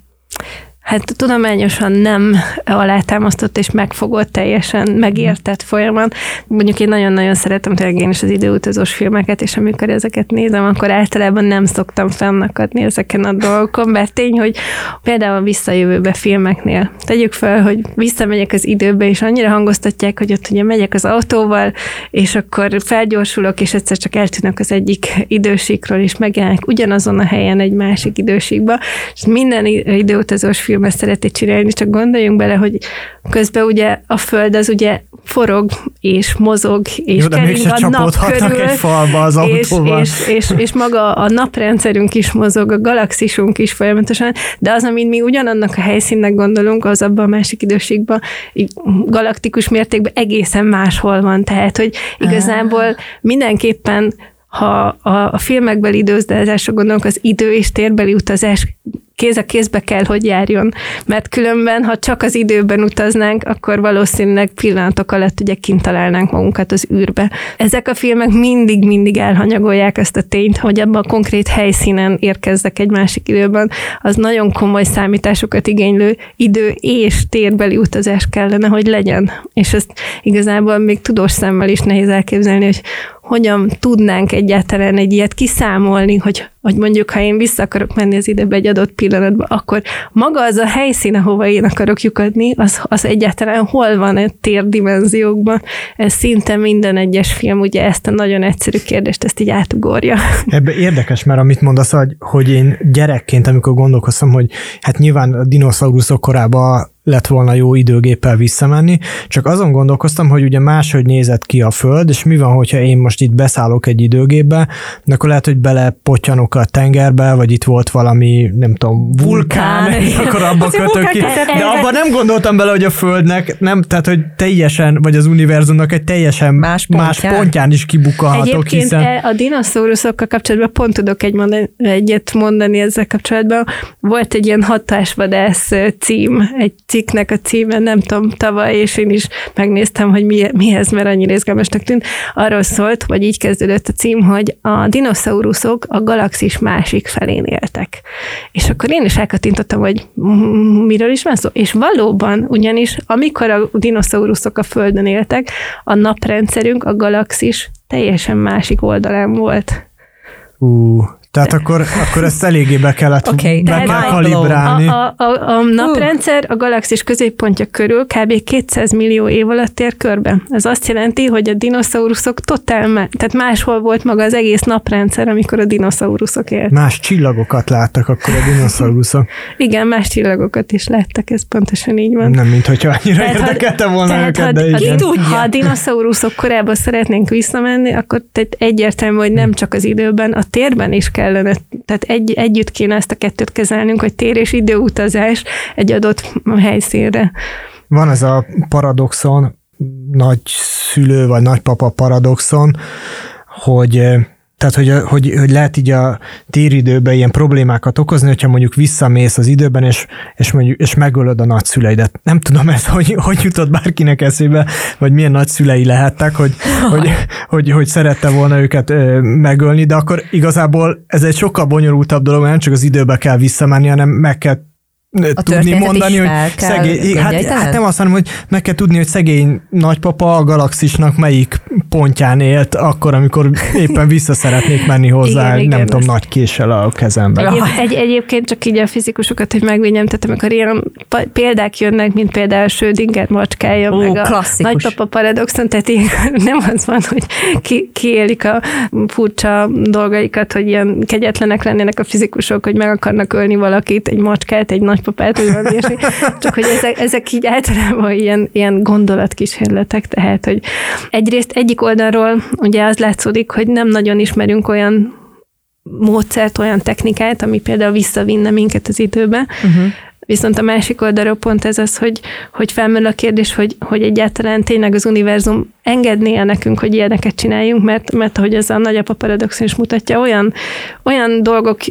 hát tudományosan nem alátámasztott és megfogott, teljesen megértett folyamat. Mondjuk én nagyon-nagyon szeretem tényleg én is az időutazós filmeket, és amikor ezeket nézem, akkor általában nem szoktam fennakadni ezeken a dolgokon, mert tény, hogy például a visszajövőbe filmeknél tegyük fel, hogy visszamegyek az időbe, és annyira hangoztatják, hogy ott ugye megyek az autóval, és akkor felgyorsulok, és egyszer csak eltűnök az egyik idősíkról, és megjelenek ugyanazon a helyen egy másik idősíkba, és minden időutazós film ezt szereti csinálni, csak gondoljunk bele, hogy közben ugye a Föld az ugye forog, és mozog, és jó, kering a nap körül, egy falba az és, és, és, és maga a naprendszerünk is mozog, a galaxisunk is folyamatosan, de az, amit mi ugyanannak a helyszínnek gondolunk, az abban a másik időségben, galaktikus mértékben egészen máshol van. Tehát, hogy igazából mindenképpen ha a, a filmekbeli időutazásra gondolunk, az idő és térbeli utazás kéz a kézbe kell, hogy járjon, mert különben, ha csak az időben utaznánk, akkor valószínűleg pillanatok alatt ugye kint találnánk magunkat az űrbe. Ezek a filmek mindig-mindig elhanyagolják ezt a tényt, hogy abban a konkrét helyszínen érkezzek egy másik időben, az nagyon komoly számításokat igénylő idő és térbeli utazás kellene, hogy legyen. És ezt igazából még tudós szemmel is nehéz elképzelni, hogy hogyan tudnánk egyáltalán egy ilyet kiszámolni, hogy, hogy mondjuk, ha én vissza akarok menni az időbe egy adott pillanatban, akkor maga az a helyszín, ahova én akarok lyukadni, az, az egyáltalán hol van a térdimenziókban. Ez szinte minden egyes film ugye ezt a nagyon egyszerű kérdést, ezt így átugorja. Ebben érdekes, mert amit mondasz, hogy, hogy én gyerekként, amikor gondolkoztam, hogy hát nyilván a dinoszauruszok korában lett volna jó időgéppel visszamenni, csak azon gondolkoztam, hogy ugye máshogy nézett ki a Föld, és mi van, hogyha én most itt beszállok egy időgépbe, de akkor lehet, hogy belepottyanok a tengerbe, vagy itt volt valami, nem tudom, vulkán, vulkán és akkor abba kötök ki. De abban nem gondoltam bele, hogy a Földnek, nem, tehát, hogy teljesen, vagy az univerzumnak egy teljesen más pontján, más pontján is kibukkanhatok. Egyébként hiszen... a dinoszauruszokkal kapcsolatban pont tudok egy mondani, egyet mondani ezzel kapcsolatban. Volt egy ilyen hatásvadász cím, egy cikknek a címe, nem tudom, tavaly, és én is megnéztem, hogy mi, mihez, mert annyira izgalmasnak tűnt. Arról szólt, vagy így kezdődött a cím, hogy a dinoszauruszok a galaxis másik felén éltek. És akkor én is elkattintottam, hogy miről is van szó. És valóban, ugyanis amikor a dinoszauruszok a Földön éltek, a naprendszerünk, a galaxis teljesen másik oldalán volt. Uh. Tehát akkor, akkor ezt eléggé be kellett okay, be kell kalibrálni. A, a, a, a naprendszer a galaxis középpontja körül kb. kétszáz millió év alatt tér körbe. Ez azt jelenti, hogy a dinoszauruszok totál, tehát máshol volt maga az egész naprendszer, amikor a dinoszauruszok éltek. Más csillagokat láttak akkor a dinoszauruszok. Igen, más csillagokat is láttak, ez pontosan így van. Nem, mint hogyha annyira tehát, érdekelte volna tehát, őket, de igen. Ha a dinoszauruszok korábban szeretnénk visszamenni, akkor egyértelmű, hogy nem csak az időben, a térben is kellene, tehát egy, együtt kéne ezt a kettőt kezelnünk, hogy tér- és időutazás egy adott helyszínre. Van ez a paradoxon, nagyszülő vagy nagypapa paradoxon, hogy tehát, hogy, hogy, hogy lehet így a téridőben ilyen problémákat okozni, hogyha mondjuk visszamész az időben, és, és, mondjuk, és megölöd a nagyszüleidet. Nem tudom, ez hogy, hogy jutott bárkinek eszébe, vagy milyen nagyszülei lehettek, hogy, hogy, hogy, hogy szerette volna őket megölni, de akkor igazából ez egy sokkal bonyolultabb dolog, nem csak az időbe kell visszamenni, hanem meg kell a tudni mondani, hogy szegény, hát, hát nem azt mondom, hogy meg kell tudni, hogy szegény nagypapa a galaxisnak melyik pontján élt akkor, amikor éppen vissza szeretnék menni hozzá, igen, nem igen, tudom, nagy késsel a kezemben. Egy, egy, egyébként csak így a fizikusokat, hogy megvédjem, tehát amikor ilyen példák jönnek, mint például Schrödinger macskája, Ó, meg a klasszikus. Nagypapa paradoxon, tehát így nem az van, hogy ki, kiélik a furcsa dolgaikat, hogy ilyen kegyetlenek lennének a fizikusok, hogy meg akarnak ölni valakit, egy macskát, egy nagy papát, hogy van ilyesmi. Csak hogy ezek, ezek így általában ilyen, ilyen gondolatkísérletek, tehát, hogy egyrészt egyik oldalról ugye az látszódik, hogy nem nagyon ismerünk olyan módszert, olyan technikát, ami például visszavinne minket az időbe, uh-huh. Viszont a másik oldalról pont ez az, hogy, hogy felmerül a kérdés, hogy, hogy egyáltalán tényleg az univerzum engedné el nekünk, hogy ilyeneket csináljunk, mert, mert ahogy ez a nagyapa paradoxon is mutatja, olyan, olyan dolgok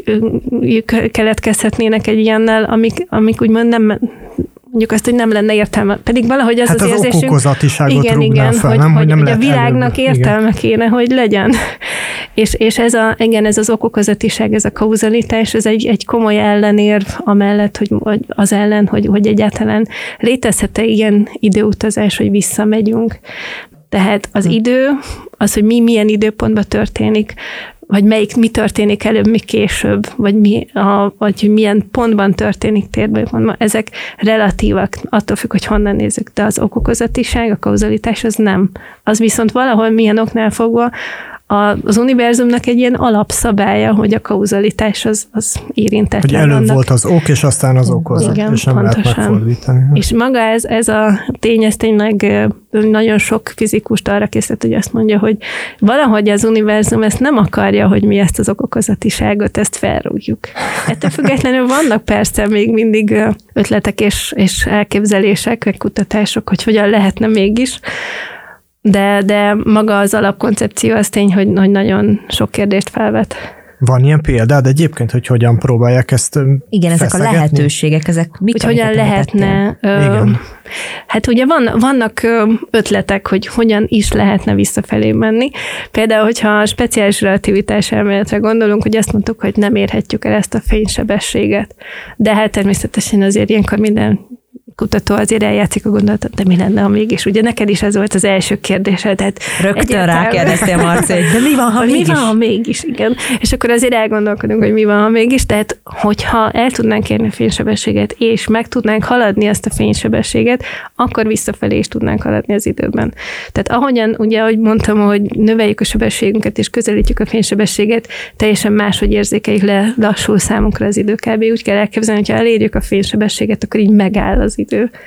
keletkezhetnének egy ilyennel, amik, amik úgymond nem, mondjuk azt, hogy nem lenne értelme. Pedig valahogy az hát az, az érzésünk... okozatiságot igen, igen, fel, hogy, nem, hogy, nem hogy a világnak előbb. értelme igen. kéne, hogy legyen. és, és ez, a, igen, ez az okokozatiság, ez a kauzalitás, ez egy, egy komoly ellenérv amellett, hogy az ellen, hogy, hogy egyáltalán létezhet-e ilyen időutazás, hogy visszamegyünk. Tehát az idő, az, hogy mi milyen időpontban történik, vagy melyik, mi történik előbb, mi később, vagy, mi a, vagy milyen pontban történik térben, ezek relatívak, attól függ, hogy honnan nézzük, de az okokozatiság, a kauzalitás az nem. Az viszont valahol milyen oknál fogva az univerzumnak egy ilyen alapszabálya, hogy a kauzalitás az, az érintetlen. Hogy előbb annak. volt az ok, és aztán az okozat, igen, és nem pontosan. Lehet megfordítani. És maga ez, ez a tény, ez tényleg nagyon sok fizikust arra készít, hogy azt mondja, hogy valahogy az univerzum ezt nem akarja, hogy mi ezt az okokozatiságot, ezt felrúgjuk. Ettől függetlenül vannak persze még mindig ötletek és, és elképzelések, vagy kutatások, hogy hogyan lehetne mégis. de, de maga az alapkoncepció az tény, hogy, hogy nagyon sok kérdést felvet. Van ilyen példád egyébként, hogy hogyan próbálják ezt igen, ezek feszegetni? A lehetőségek, ezek mit hogy hogyan lehetne... Ö, igen. Hát ugye van, vannak ötletek, hogy hogyan is lehetne visszafelé menni. Például, hogyha a speciális relativitás elméletre gondolunk, hogy azt mondtuk, hogy nem érhetjük el ezt a fénysebességet. De hát természetesen azért ilyenkor minden kutató azért eljátszik a gondolatot, de mi lenne, ha mégis? Ugye neked is ez volt az első kérdésed. Tehát rögtön rákérdeztél, Marci, de mi van, ha mégis? Mi van, ha mégis, igen. És akkor azért elgondolkodunk, hogy mi van, ha mégis. Tehát, hogyha el tudnánk érni a fénysebességet, és meg tudnánk haladni ezt a fénysebességet, akkor visszafelé is tudnánk haladni az időben. Tehát ahogyan, ugye, ahogy mondtam, hogy növeljük a sebességünket, és közelítjük a fénysebességet, teljesen máshogy érzékeljük le lassul számunkra az idő. Kb. Úgy kell elképzelni, hogyha elérjük a fénysebességet, akkor így megáll az idő.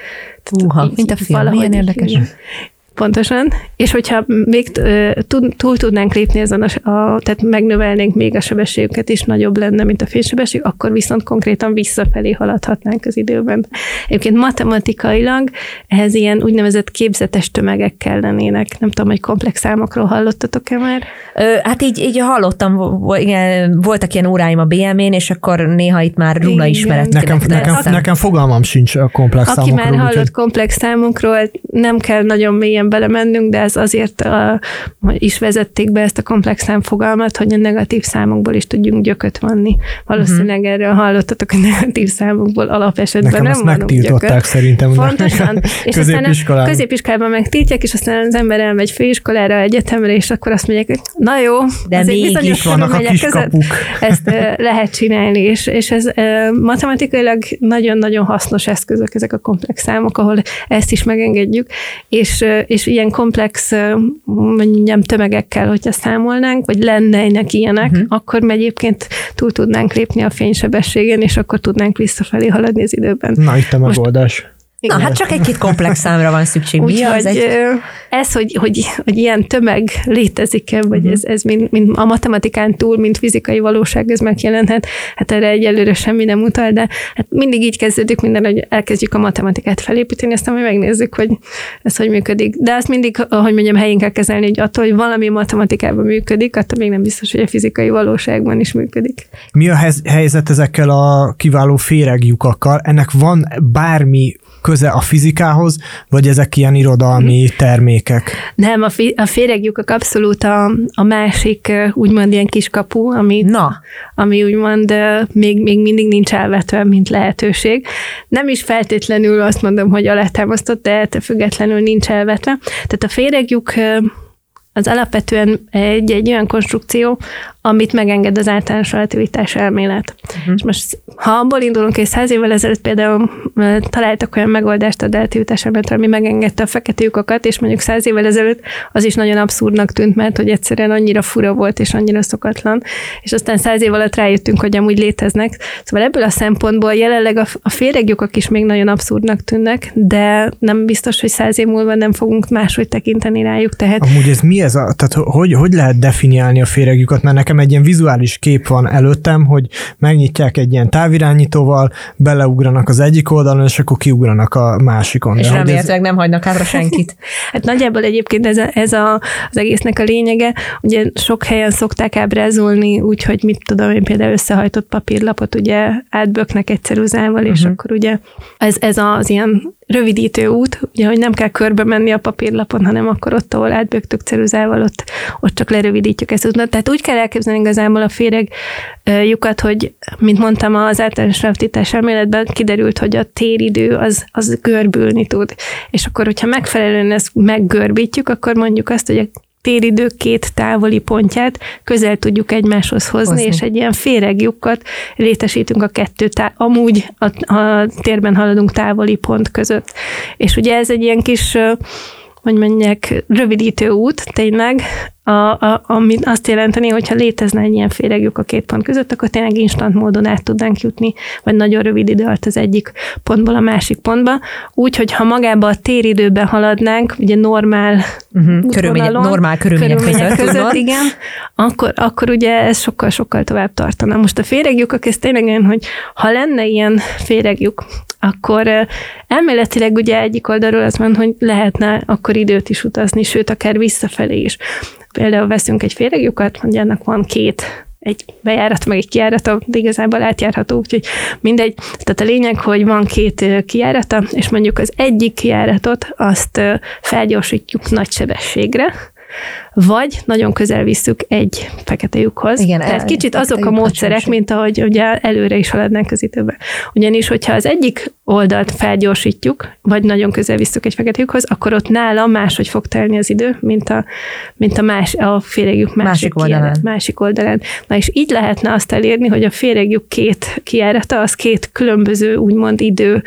Uha, mint a film, milyen érdekes. Pontosan. És hogyha még túl tudnánk lépni ezen, a, a, tehát megnövelnénk még a sebességünket, és nagyobb lenne, mint a fénysebesség, akkor viszont konkrétan visszafelé haladhatnánk az időben. Egyébként matematikailag ehhez ilyen úgynevezett képzetes tömegek kellenének. Nem tudom, hogy komplex számokról hallottatok-e már? Ö, hát így, így hallottam, igen, voltak ilyen óráim a bé em én, és akkor néha itt már runa ismeret. Nekem, nekem, nekem fogalmam sincs a komplex Aki számokról. Aki már hallott úgy, komplex számokról, nem kell nagyon mélyen belemennünk, de ez azért a, is vezették be ezt a komplex számfogalmat, hogy a negatív számokból is tudjunk gyököt vanni. Valószínűleg uh-huh. erről hallottatok, hogy negatív számokból alapesetben nekem nem ezt vanunk megtiltották gyököt. Szerintem. Pontosan. És aztán a középiskolában megtiltják, és aztán az ember elmegy főiskolára, egyetemre, és akkor azt mondják, hogy na jó, de mégis vannak a kiskapuk. Ezt lehet csinálni, és, és ez matematikailag nagyon-nagyon hasznos eszközök, ezek a komplex számok, ahol ezt is megengedjük, és és ilyen komplex mondjam, tömegekkel, hogyha számolnánk, vagy lennének ilyenek, uh-huh. akkor egyébként túl tudnánk lépni a fénysebességen, és akkor tudnánk visszafelé haladni az időben. Na, itt a megoldás. Na, hát csak egy-két komplex számra van szükség. Úgy, hogy egy... ez, hogy, hogy, hogy ilyen tömeg létezik-e, vagy uh-huh. ez, ez mind, mind a matematikán túl, mint fizikai valóság, ez megjelenhet. Hát erre egyelőre semmi nem utal, de hát mindig így kezdődik minden, hogy elkezdjük a matematikát felépíteni, aztán majd megnézzük, hogy ez hogy működik. De azt mindig, hogy mondjam, helyén kell kezelni, hogy attól, hogy valami matematikában működik, attól még nem biztos, hogy a fizikai valóságban is működik. Mi a helyzet ezekkel a kiváló féreglyukakkal? Ennek van bármi köze a fizikához, vagy ezek ilyen irodalmi termékek? Nem, a, fi, a féreglyukak abszolút a, a másik úgymond ilyen kiskapu, ami, Na. ami úgymond még, még mindig nincs elvetve, mint lehetőség. Nem is feltétlenül azt mondom, hogy alátámasztott, de ettől függetlenül nincs elvetve. Tehát a féreglyuk az alapvetően egy, egy olyan konstrukció, amit megenged az általános relativitás elmélet. Uh-huh. És most, ha abból indulunk, és száz évvel ezelőtt például találtak olyan megoldást a relativitás elméletre, ami megengedte a fekete lyukakat, és mondjuk száz évvel ezelőtt az is nagyon abszurdnak tűnt, mert hogy egyszerűen annyira fura volt, és annyira szokatlan, és aztán száz év alatt rájöttünk, hogy amúgy léteznek. Szóval ebből a szempontból jelenleg a, a féreglyukak is még nagyon abszurdnak tűnnek, de nem biztos, hogy száz év múlva nem fogunk máshogy tekinteni rájuk. Tehát... Amúgy ez mi ez a, tehát hogy, hogy lehet definiálni a féreglyukat, mert nekem egy ilyen vizuális kép van előttem, hogy megnyitják egy ilyen távirányítóval, beleugranak az egyik oldalon, és akkor kiugranak a másikon. És remélhetőleg ez... nem hagynak hátra senkit. Hát nagyjából egyébként ez, a, ez a, az egésznek a lényege. Ugye sok helyen szokták ábrázolni, úgyhogy mit tudom én, például összehajtott papírlapot ugye átböknek egy ceruzával, és uh-huh. akkor ugye ez, ez az ilyen rövidítő út, ugye, hogy nem kell körbe menni a papírlapon, hanem akkor ott, ahol átbögtük ceruzával, ott, ott csak lerövidítjük ezt. Tehát úgy kell elképzelni igazából a féreg lyukat, hogy, mint mondtam, az általános relativitás elméletben kiderült, hogy a téridő az, az görbülni tud. És akkor, hogyha megfelelően ezt meggörbítjük, akkor mondjuk azt, hogy a téridő két távoli pontját közel tudjuk egymáshoz hozni, hozni. És egy ilyen féreglyukat létesítünk a kettő tá- amúgy a, a térben haladunk távoli pont között. És ugye ez egy ilyen kis, hogy mondják, rövidítő út tényleg, a, a, ami azt jelenteni, hogyha létezne egy ilyen féreglyuk a két pont között, akkor tényleg instant módon át tudnánk jutni, vagy nagyon rövid idő alatt az egyik pontból a másik pontba. Úgy, hogy ha magába a téridőben haladnánk, ugye normál uh-huh. körülmények, normál körülmények, körülmények között, között igen, akkor, akkor ugye ez sokkal-sokkal tovább tartana. Most a féreglyukak, ez tényleg olyan, hogy ha lenne ilyen féreglyuk, akkor elméletileg ugye egyik oldalról az van, hogy lehetne akkor időt is utazni, sőt, akár visszafelé is. Például veszünk egy féreglyukat, mondja, ennek van két, egy bejárat, meg egy kijárata, de igazából átjárható, úgyhogy mindegy. Tehát a lényeg, hogy van két kijárata, és mondjuk az egyik kijáratot azt felgyorsítjuk nagy sebességre, vagy nagyon közel visszük egy fekete lyukhoz. Igen, Tehát kicsit azok a módszerek, mint ahogy ugye előre is haladnánk az időben. Ugyanis, hogyha az egyik oldalt felgyorsítjuk, vagy nagyon közel visszük egy fekete lyukhoz, akkor ott nála máshogy fog telni az idő, mint a, mint a, más, a féreglyuk másik, másik, oldalán. másik oldalán. Na és így lehetne azt elérni, hogy a féreglyuk két kijárata, az két különböző úgymond idő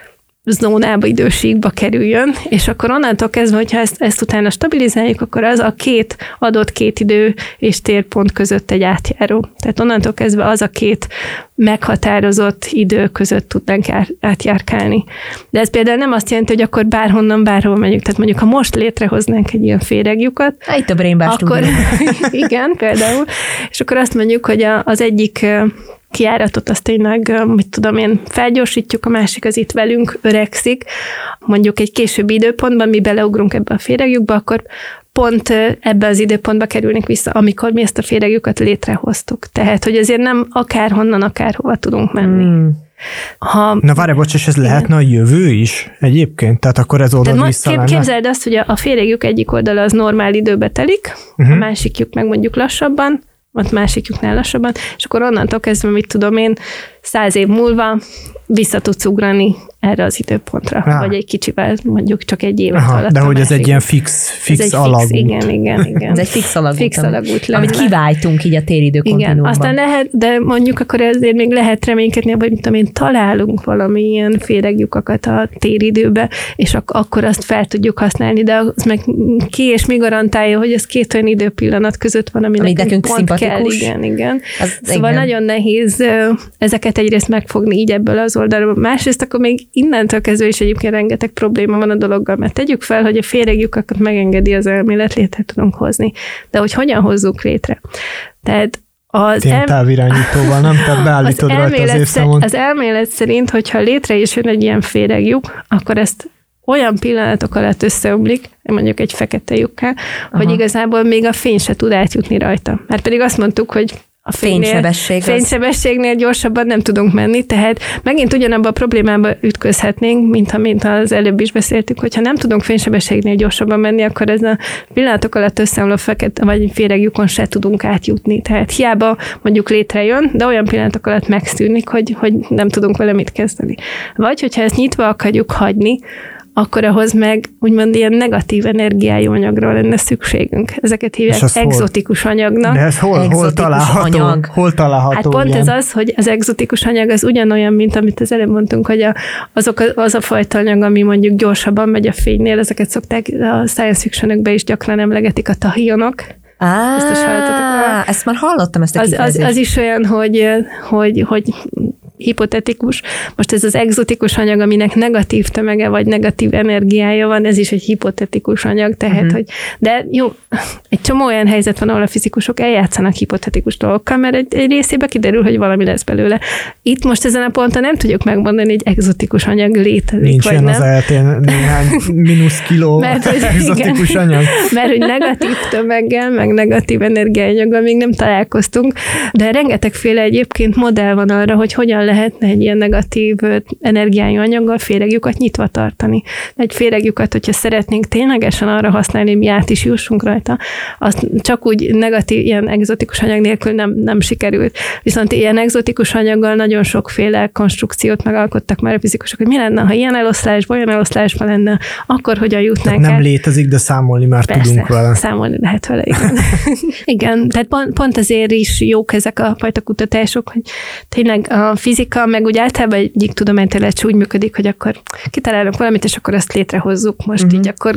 zónába, időségbe kerüljön, és akkor onnantól kezdve, hogyha ezt, ezt utána stabilizáljuk, akkor az a két adott két idő és térpont között egy átjáró. Tehát onnantól kezdve az a két meghatározott idő között tudnánk átjárkálni. De ez például nem azt jelenti, hogy akkor bárhonnan, bárhol megyünk. Tehát mondjuk, ha most létrehoznánk egy ilyen féreglyukat, hát itt a Brainbar akkor igen, például, és akkor azt mondjuk, hogy az egyik kijáratot azt tényleg, mit tudom én, felgyorsítjuk, a másik az itt velünk öregszik, mondjuk egy későbbi időpontban mi beleugrunk ebbe a féreglyukba, akkor pont ebbe az időpontba kerülnek vissza, amikor mi ezt a féreglyukat létrehoztuk. Tehát, hogy azért nem akárhonnan, akárhova tudunk menni. Hmm. Ha, Na várj, bocs, és ez igen. lehetne a jövő is egyébként? Tehát akkor ez oda vissza kép, Képzeld azt, hogy a féreglyuk egyik oldala az normál időbe telik, uh-huh. a másikjuk meg mondjuk lassabban, ott másikjuknál lassabban, és akkor onnantól kezdve, mit tudom én, száz év múlva vissza tudsz ugrani erre az időpontra, Aha. vagy egy kicsivel, mondjuk csak egy évet Aha, alatt. De hogy ez egy ilyen fix, fix alagút. Fix, igen, igen, igen. Ez egy fix alagút. Fix alagút amit kiváltunk így a téridő kontinúumban. Igen, aztán lehet, de mondjuk akkor ezért még lehet reménykedni, hogy mit tudom én, találunk valamilyen féreglyukakat a téridőbe, és ak- akkor azt fel tudjuk használni, de az meg ki és mi garantálja, hogy ez két olyan időpillanat között van, ami nekünk, nekünk pont szimpatikus. kell. Igen, igen. Az, szóval igen. nagyon nehéz ezeket egyrészt megfogni így ebből az oldalról. Másrészt akkor még innentől kezdve is egyébként rengeteg probléma van a dologgal, mert tegyük fel, hogy a féreglyukakat megengedi az elmélet, létre tudunk hozni. De hogy hogyan hozzuk létre? Tehát az el... távirányítóval, nem? Tehát beállítod az rajta az évszámot. Az elmélet szerint, hogyha létre is jön egy ilyen féreglyuk, akkor ezt olyan pillanatok alatt összeomlik, mondjuk egy fekete lyukká, hogy igazából még a fény se tud átjutni rajta. Mert pedig azt mondtuk, hogy a fénysebesség fénysebességnél gyorsabban nem tudunk menni, tehát megint ugyanabba a problémába ütközhetnénk, mint, mint az előbb is beszéltük, hogyha nem tudunk fénysebességnél gyorsabban menni, akkor ez a pillanatok alatt összeomló fekete vagy féreglyukon se tudunk átjutni. Tehát hiába mondjuk létrejön, de olyan pillanatok alatt megszűnik, hogy, hogy nem tudunk vele mit kezdeni. Vagy hogyha ezt nyitva akarjuk hagyni, akkor ahhoz meg úgymond ilyen negatív energiájú anyagra lenne szükségünk. Ezeket hívják egzotikus hol? anyagnak. De ez hol, hol található? Anyag. Hol található? Hát pont ilyen? ez az, hogy az egzotikus anyag az ugyanolyan, mint amit az előbb mondtunk, hogy a, azok, az a fajta anyag, ami mondjuk gyorsabban megy a fénynél, ezeket szokták, a science fictionökben is gyakran emlegetik, a tahionok. Á, ezt, is ezt már hallottam, ezt a az, az, az is olyan, hogy, hogy, hogy hipotetikus. Most ez az egzotikus anyag, aminek negatív tömege vagy negatív energiája van, ez is egy hipotetikus anyag, tehát, uh-huh. hogy de jó, egy csomó olyan helyzet van, ahol a fizikusok eljátszanak hipotetikus dolgokkal, mert egy, egy részébe kiderül, hogy valami lesz belőle. Itt most ezen a ponton nem tudjuk megmondani, hogy egy egzotikus anyag létezik, nincs vagy nem. Nincs az eltén néhány mínusz kiló mert, hogy, egzotikus igen, anyag. Mert hogy negatív tömeggel, meg negatív energiányaggal még nem találkoztunk, de rengetegféle egyébként modell van arra, hogy hogyan lehetne egy ilyen negatív energiájú anyaggal féreglyukat nyitva tartani. Egy féreglyukat, hogyha szeretnénk ténylegesen arra használni, hogy mi át is jussunk rajta, azt csak úgy negatív, ilyen egzotikus anyag nélkül nem, nem sikerült. Viszont ilyen egzotikus anyaggal nagyon sokféle konstrukciót megalkottak már a fizikusok, hogy mi lenne, ha ilyen eloszlásban, olyan eloszlásban lenne, akkor hogyan jutnánk tehát nem el. létezik, de számolni már Persze, tudunk vele. Számolni lehet vele, igen. igen, tehát pont, pont azért is jók ezek a fajta kutatások, hogy tényleg a fizika, meg úgy általában egyik tudományterület úgy működik, hogy akkor kitalálunk valamit, és akkor azt létrehozzuk. Most uh-huh. így akkor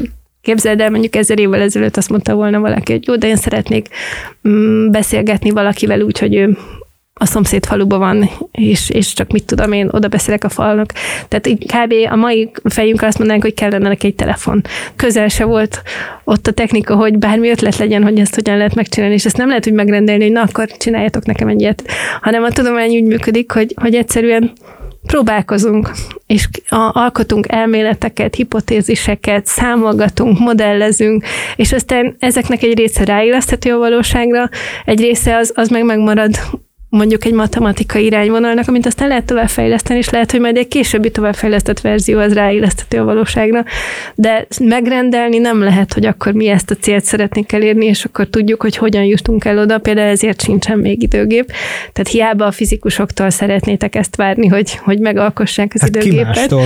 Képzeld el, mondjuk ezer évvel ezelőtt azt mondta volna valaki, hogy jó, de én szeretnék mm, beszélgetni valakivel úgy, hogy ő a szomszéd faluban van, és, és csak mit tudom én, oda beszélek a falnak. Tehát így kb. A mai fejünkkel azt mondanánk, hogy kellene neki egy telefon. Közel se volt ott a technika, hogy bármi ötlet legyen, hogy ezt hogyan lehet megcsinálni, és ezt nem lehet úgy megrendelni, hogy na, akkor csináljatok nekem egy ilyet. Hanem a tudomány úgy működik, hogy, hogy egyszerűen próbálkozunk, és alkotunk elméleteket, hipotéziseket, számolgatunk, modellezünk, és aztán ezeknek egy része ráilleszthető a valóságra, egy része az, az meg megmarad mondjuk egy matematikai irányvonalnak, amit aztán lehet továbbfejleszteni, és lehet, hogy majd egy későbbi továbbfejlesztett verzió az ráilleszthető a valóságra, de megrendelni nem lehet, hogy akkor mi ezt a célt szeretnénk elérni, és akkor tudjuk, hogy hogyan jutunk el oda, például ezért sincsen még időgép. Tehát hiába a fizikusoktól szeretnétek ezt várni, hogy, hogy megalkossák az hát időgépet.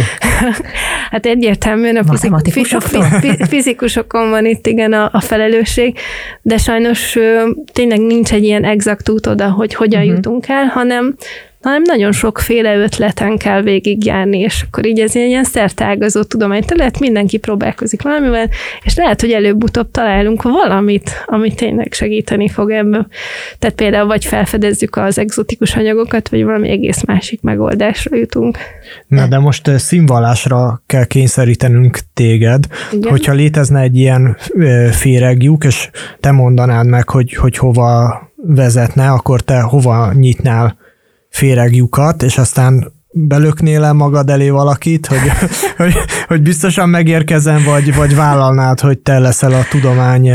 Hát egyértelműen a fizikusokon, fizikusokon van itt igen a, a felelősség, de sajnos tényleg nincs egy ilyen exakt út oda, hogy hogyan uh-huh. jutunk el, hanem, hanem nagyon sokféle ötleten kell végigjárni, és akkor így ez ilyen szerteágazó tudományterület, mindenki próbálkozik valamivel, és lehet, hogy előbb-utóbb találunk valamit, ami tényleg segíteni fog ebből. Tehát például vagy felfedezzük az egzotikus anyagokat, vagy valami egész másik megoldásra jutunk. Na, de most színvallásra kell kényszerítenünk téged, igen. Hogyha létezne egy ilyen féreglyuk, és te mondanád meg, hogy, hogy hova vezetne, akkor te hova nyitnál féreglyukat, és aztán belöknél el magad elé valakit, hogy, hogy, hogy biztosan megérkezzen, vagy, vagy vállalnád, hogy te leszel a tudomány,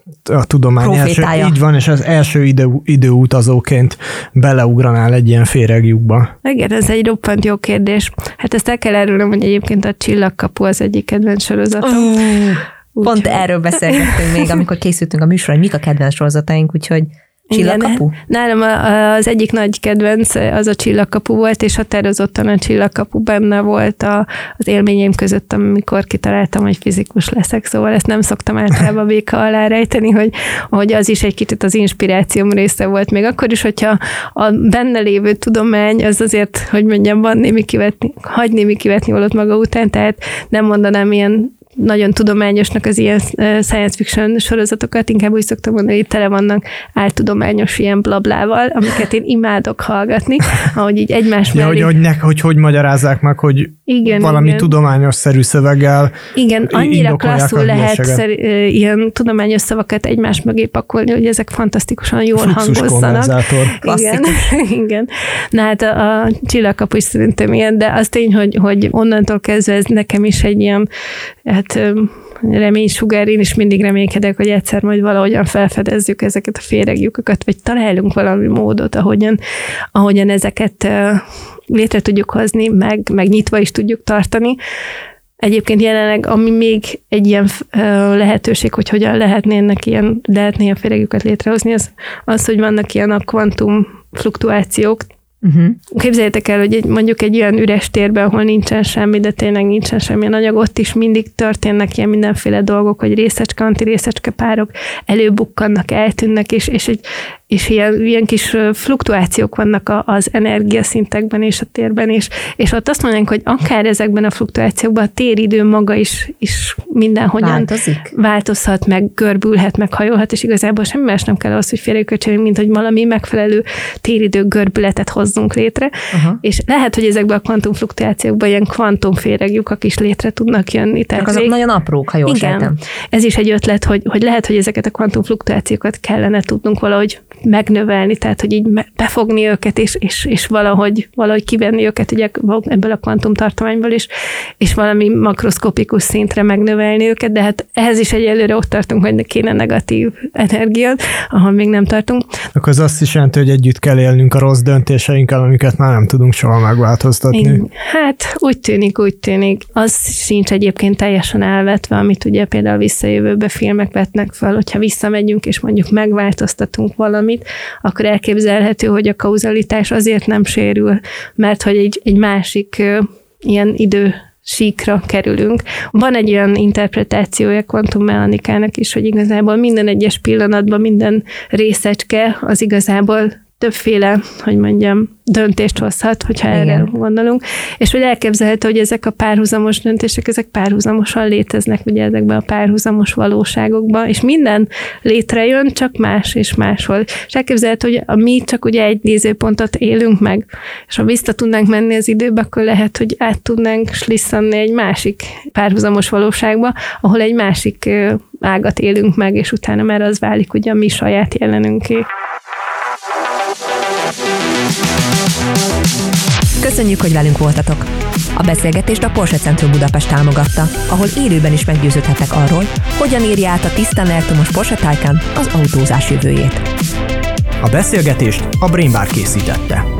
a tudomány első, így van, és az első idő, időutazóként beleugranál egy ilyen féreglyukba. Igen, ez egy roppant jó kérdés. Hát ezt el kell erőlnem, hogy egyébként a Csillagkapu az egyik kedvenc sorozatom. Uh, pont erről beszélgettünk még, amikor készültünk a műsorra, hogy mik a kedvenc sorozataink, úgyhogy Csillagkapu? Igen, nálam az egyik nagy kedvenc az a Csillagkapu volt, és határozottan a Csillagkapu benne volt a, az élményeim között, amikor kitaláltam, hogy fizikus leszek, szóval ezt nem szoktam általában véka alá rejteni, hogy, hogy az is egy kicsit az inspirációm része volt, még akkor is, hogyha a benne lévő tudomány az azért, hogy mondjam, van némi kivetni, hagy némi kivetni valót maga után, tehát nem mondanám ilyen nagyon tudományosnak az ilyen science fiction sorozatokat, inkább úgy szoktam mondani, hogy tele vannak áltudományos ilyen blablával, amiket én imádok hallgatni, ahogy így egymás mellé... Ja, hogy, hogy, ne, hogy hogy magyarázzák meg, hogy igen, valami igen. tudományos-szerű szöveggel igen, annyira klasszul lehet szer, ilyen tudományos szavakat egymás mögé pakolni, hogy ezek fantasztikusan jól Fluxus hangozzanak. Igen, igen. Na hát a, a Csillagkapu is szerintem ilyen, de az tény, hogy, hogy onnantól kezdve ez nekem is egy ilyen hát reménysugár, én is mindig reménykedek, hogy egyszer majd valahogyan felfedezzük ezeket a féreglyukokat, vagy találunk valami módot, ahogyan, ahogyan ezeket létre tudjuk hozni, meg, meg nyitva is tudjuk tartani. Egyébként jelenleg, ami még egy ilyen lehetőség, hogy hogyan lehetnének ilyen, lehetné ilyen féreglyukat létrehozni, az, az, hogy vannak ilyen a kvantum fluktuációk. Uh-huh. Képzeljétek el, hogy egy, mondjuk egy olyan üres térben, ahol nincsen semmi, de tényleg nincsen semmilyen anyag, ott is mindig történnek ilyen mindenféle dolgok, hogy részecske, antirészecske párok előbukkannak, eltűnnek, és, és, egy, és ilyen, ilyen kis fluktuációk vannak az energiaszintekben és a térben, és, és ott azt mondják, hogy akár ezekben a fluktuációkban a téridő maga is, is mindenhogyan változik, változhat, meg görbülhet, meg hajolhat, és igazából semmi más nem kell ahhoz, hogy féreglyukat csináljunk, mint hogy valami megfelelő téridő görbületet hozzunk létre, uh-huh. és lehet, hogy ezekben a kvantumfluktuációkban ilyen kvantumféreglyukak is létre tudnak jönni. Tehát azok vég... nagyon aprók, ha jól igen, sejtem. Ez is egy ötlet, hogy, hogy lehet, hogy ezeket a kvantumfluktuációkat kellene tudnunk valahogy megnövelni, tehát hogy így befogni őket, és, és, és valahogy, valahogy kivenni őket ugye ebből a kvantumtartományból is, és valami makroszkopikus szintre megnövelni őket, de hát ehhez is egyelőre ott tartunk, hogy kéne negatív energiát, ahol még nem tartunk. Akkor az azt is jelenti, hogy együtt kell élnünk a rossz döntéseinkkel, amiket már nem tudunk soha megváltoztatni. Én, hát úgy tűnik, úgy tűnik. Az sincs egyébként teljesen elvetve, amit ugye például visszajövőbe filmek vetnek fel, hogyha visszamegyünk, és mondjuk megváltoztatunk valamit, akkor elképzelhető, hogy a kauzalitás azért nem sérül, mert hogy egy, egy másik ö, ilyen idő síkra kerülünk. Van egy olyan interpretációja kvantummechanikának is, hogy igazából minden egyes pillanatban minden részecske az igazából többféle, hogy mondjam, döntést hozhat, hogyha igen. erre gondolunk, és hogy elképzelhető, hogy ezek a párhuzamos döntések, ezek párhuzamosan léteznek ugye ezekben a párhuzamos valóságokban, és minden létrejön, csak más és máshol. És elképzelhető, hogy a mi csak ugye egy nézőpontot élünk meg, és ha vissza tudnánk menni az időbe, akkor lehet, hogy át tudnánk slisszanni egy másik párhuzamos valóságba, ahol egy másik ágat élünk meg, és utána már az válik ugye a mi saját jelenünké. Köszönjük, hogy velünk voltatok! A beszélgetést a Porsche Centrum Budapest támogatta, ahol élőben is meggyőződhettek arról, hogyan írja át a tisztán elektromos Porsche Taycan az autózás jövőjét. A beszélgetést a Brain Bar készítette.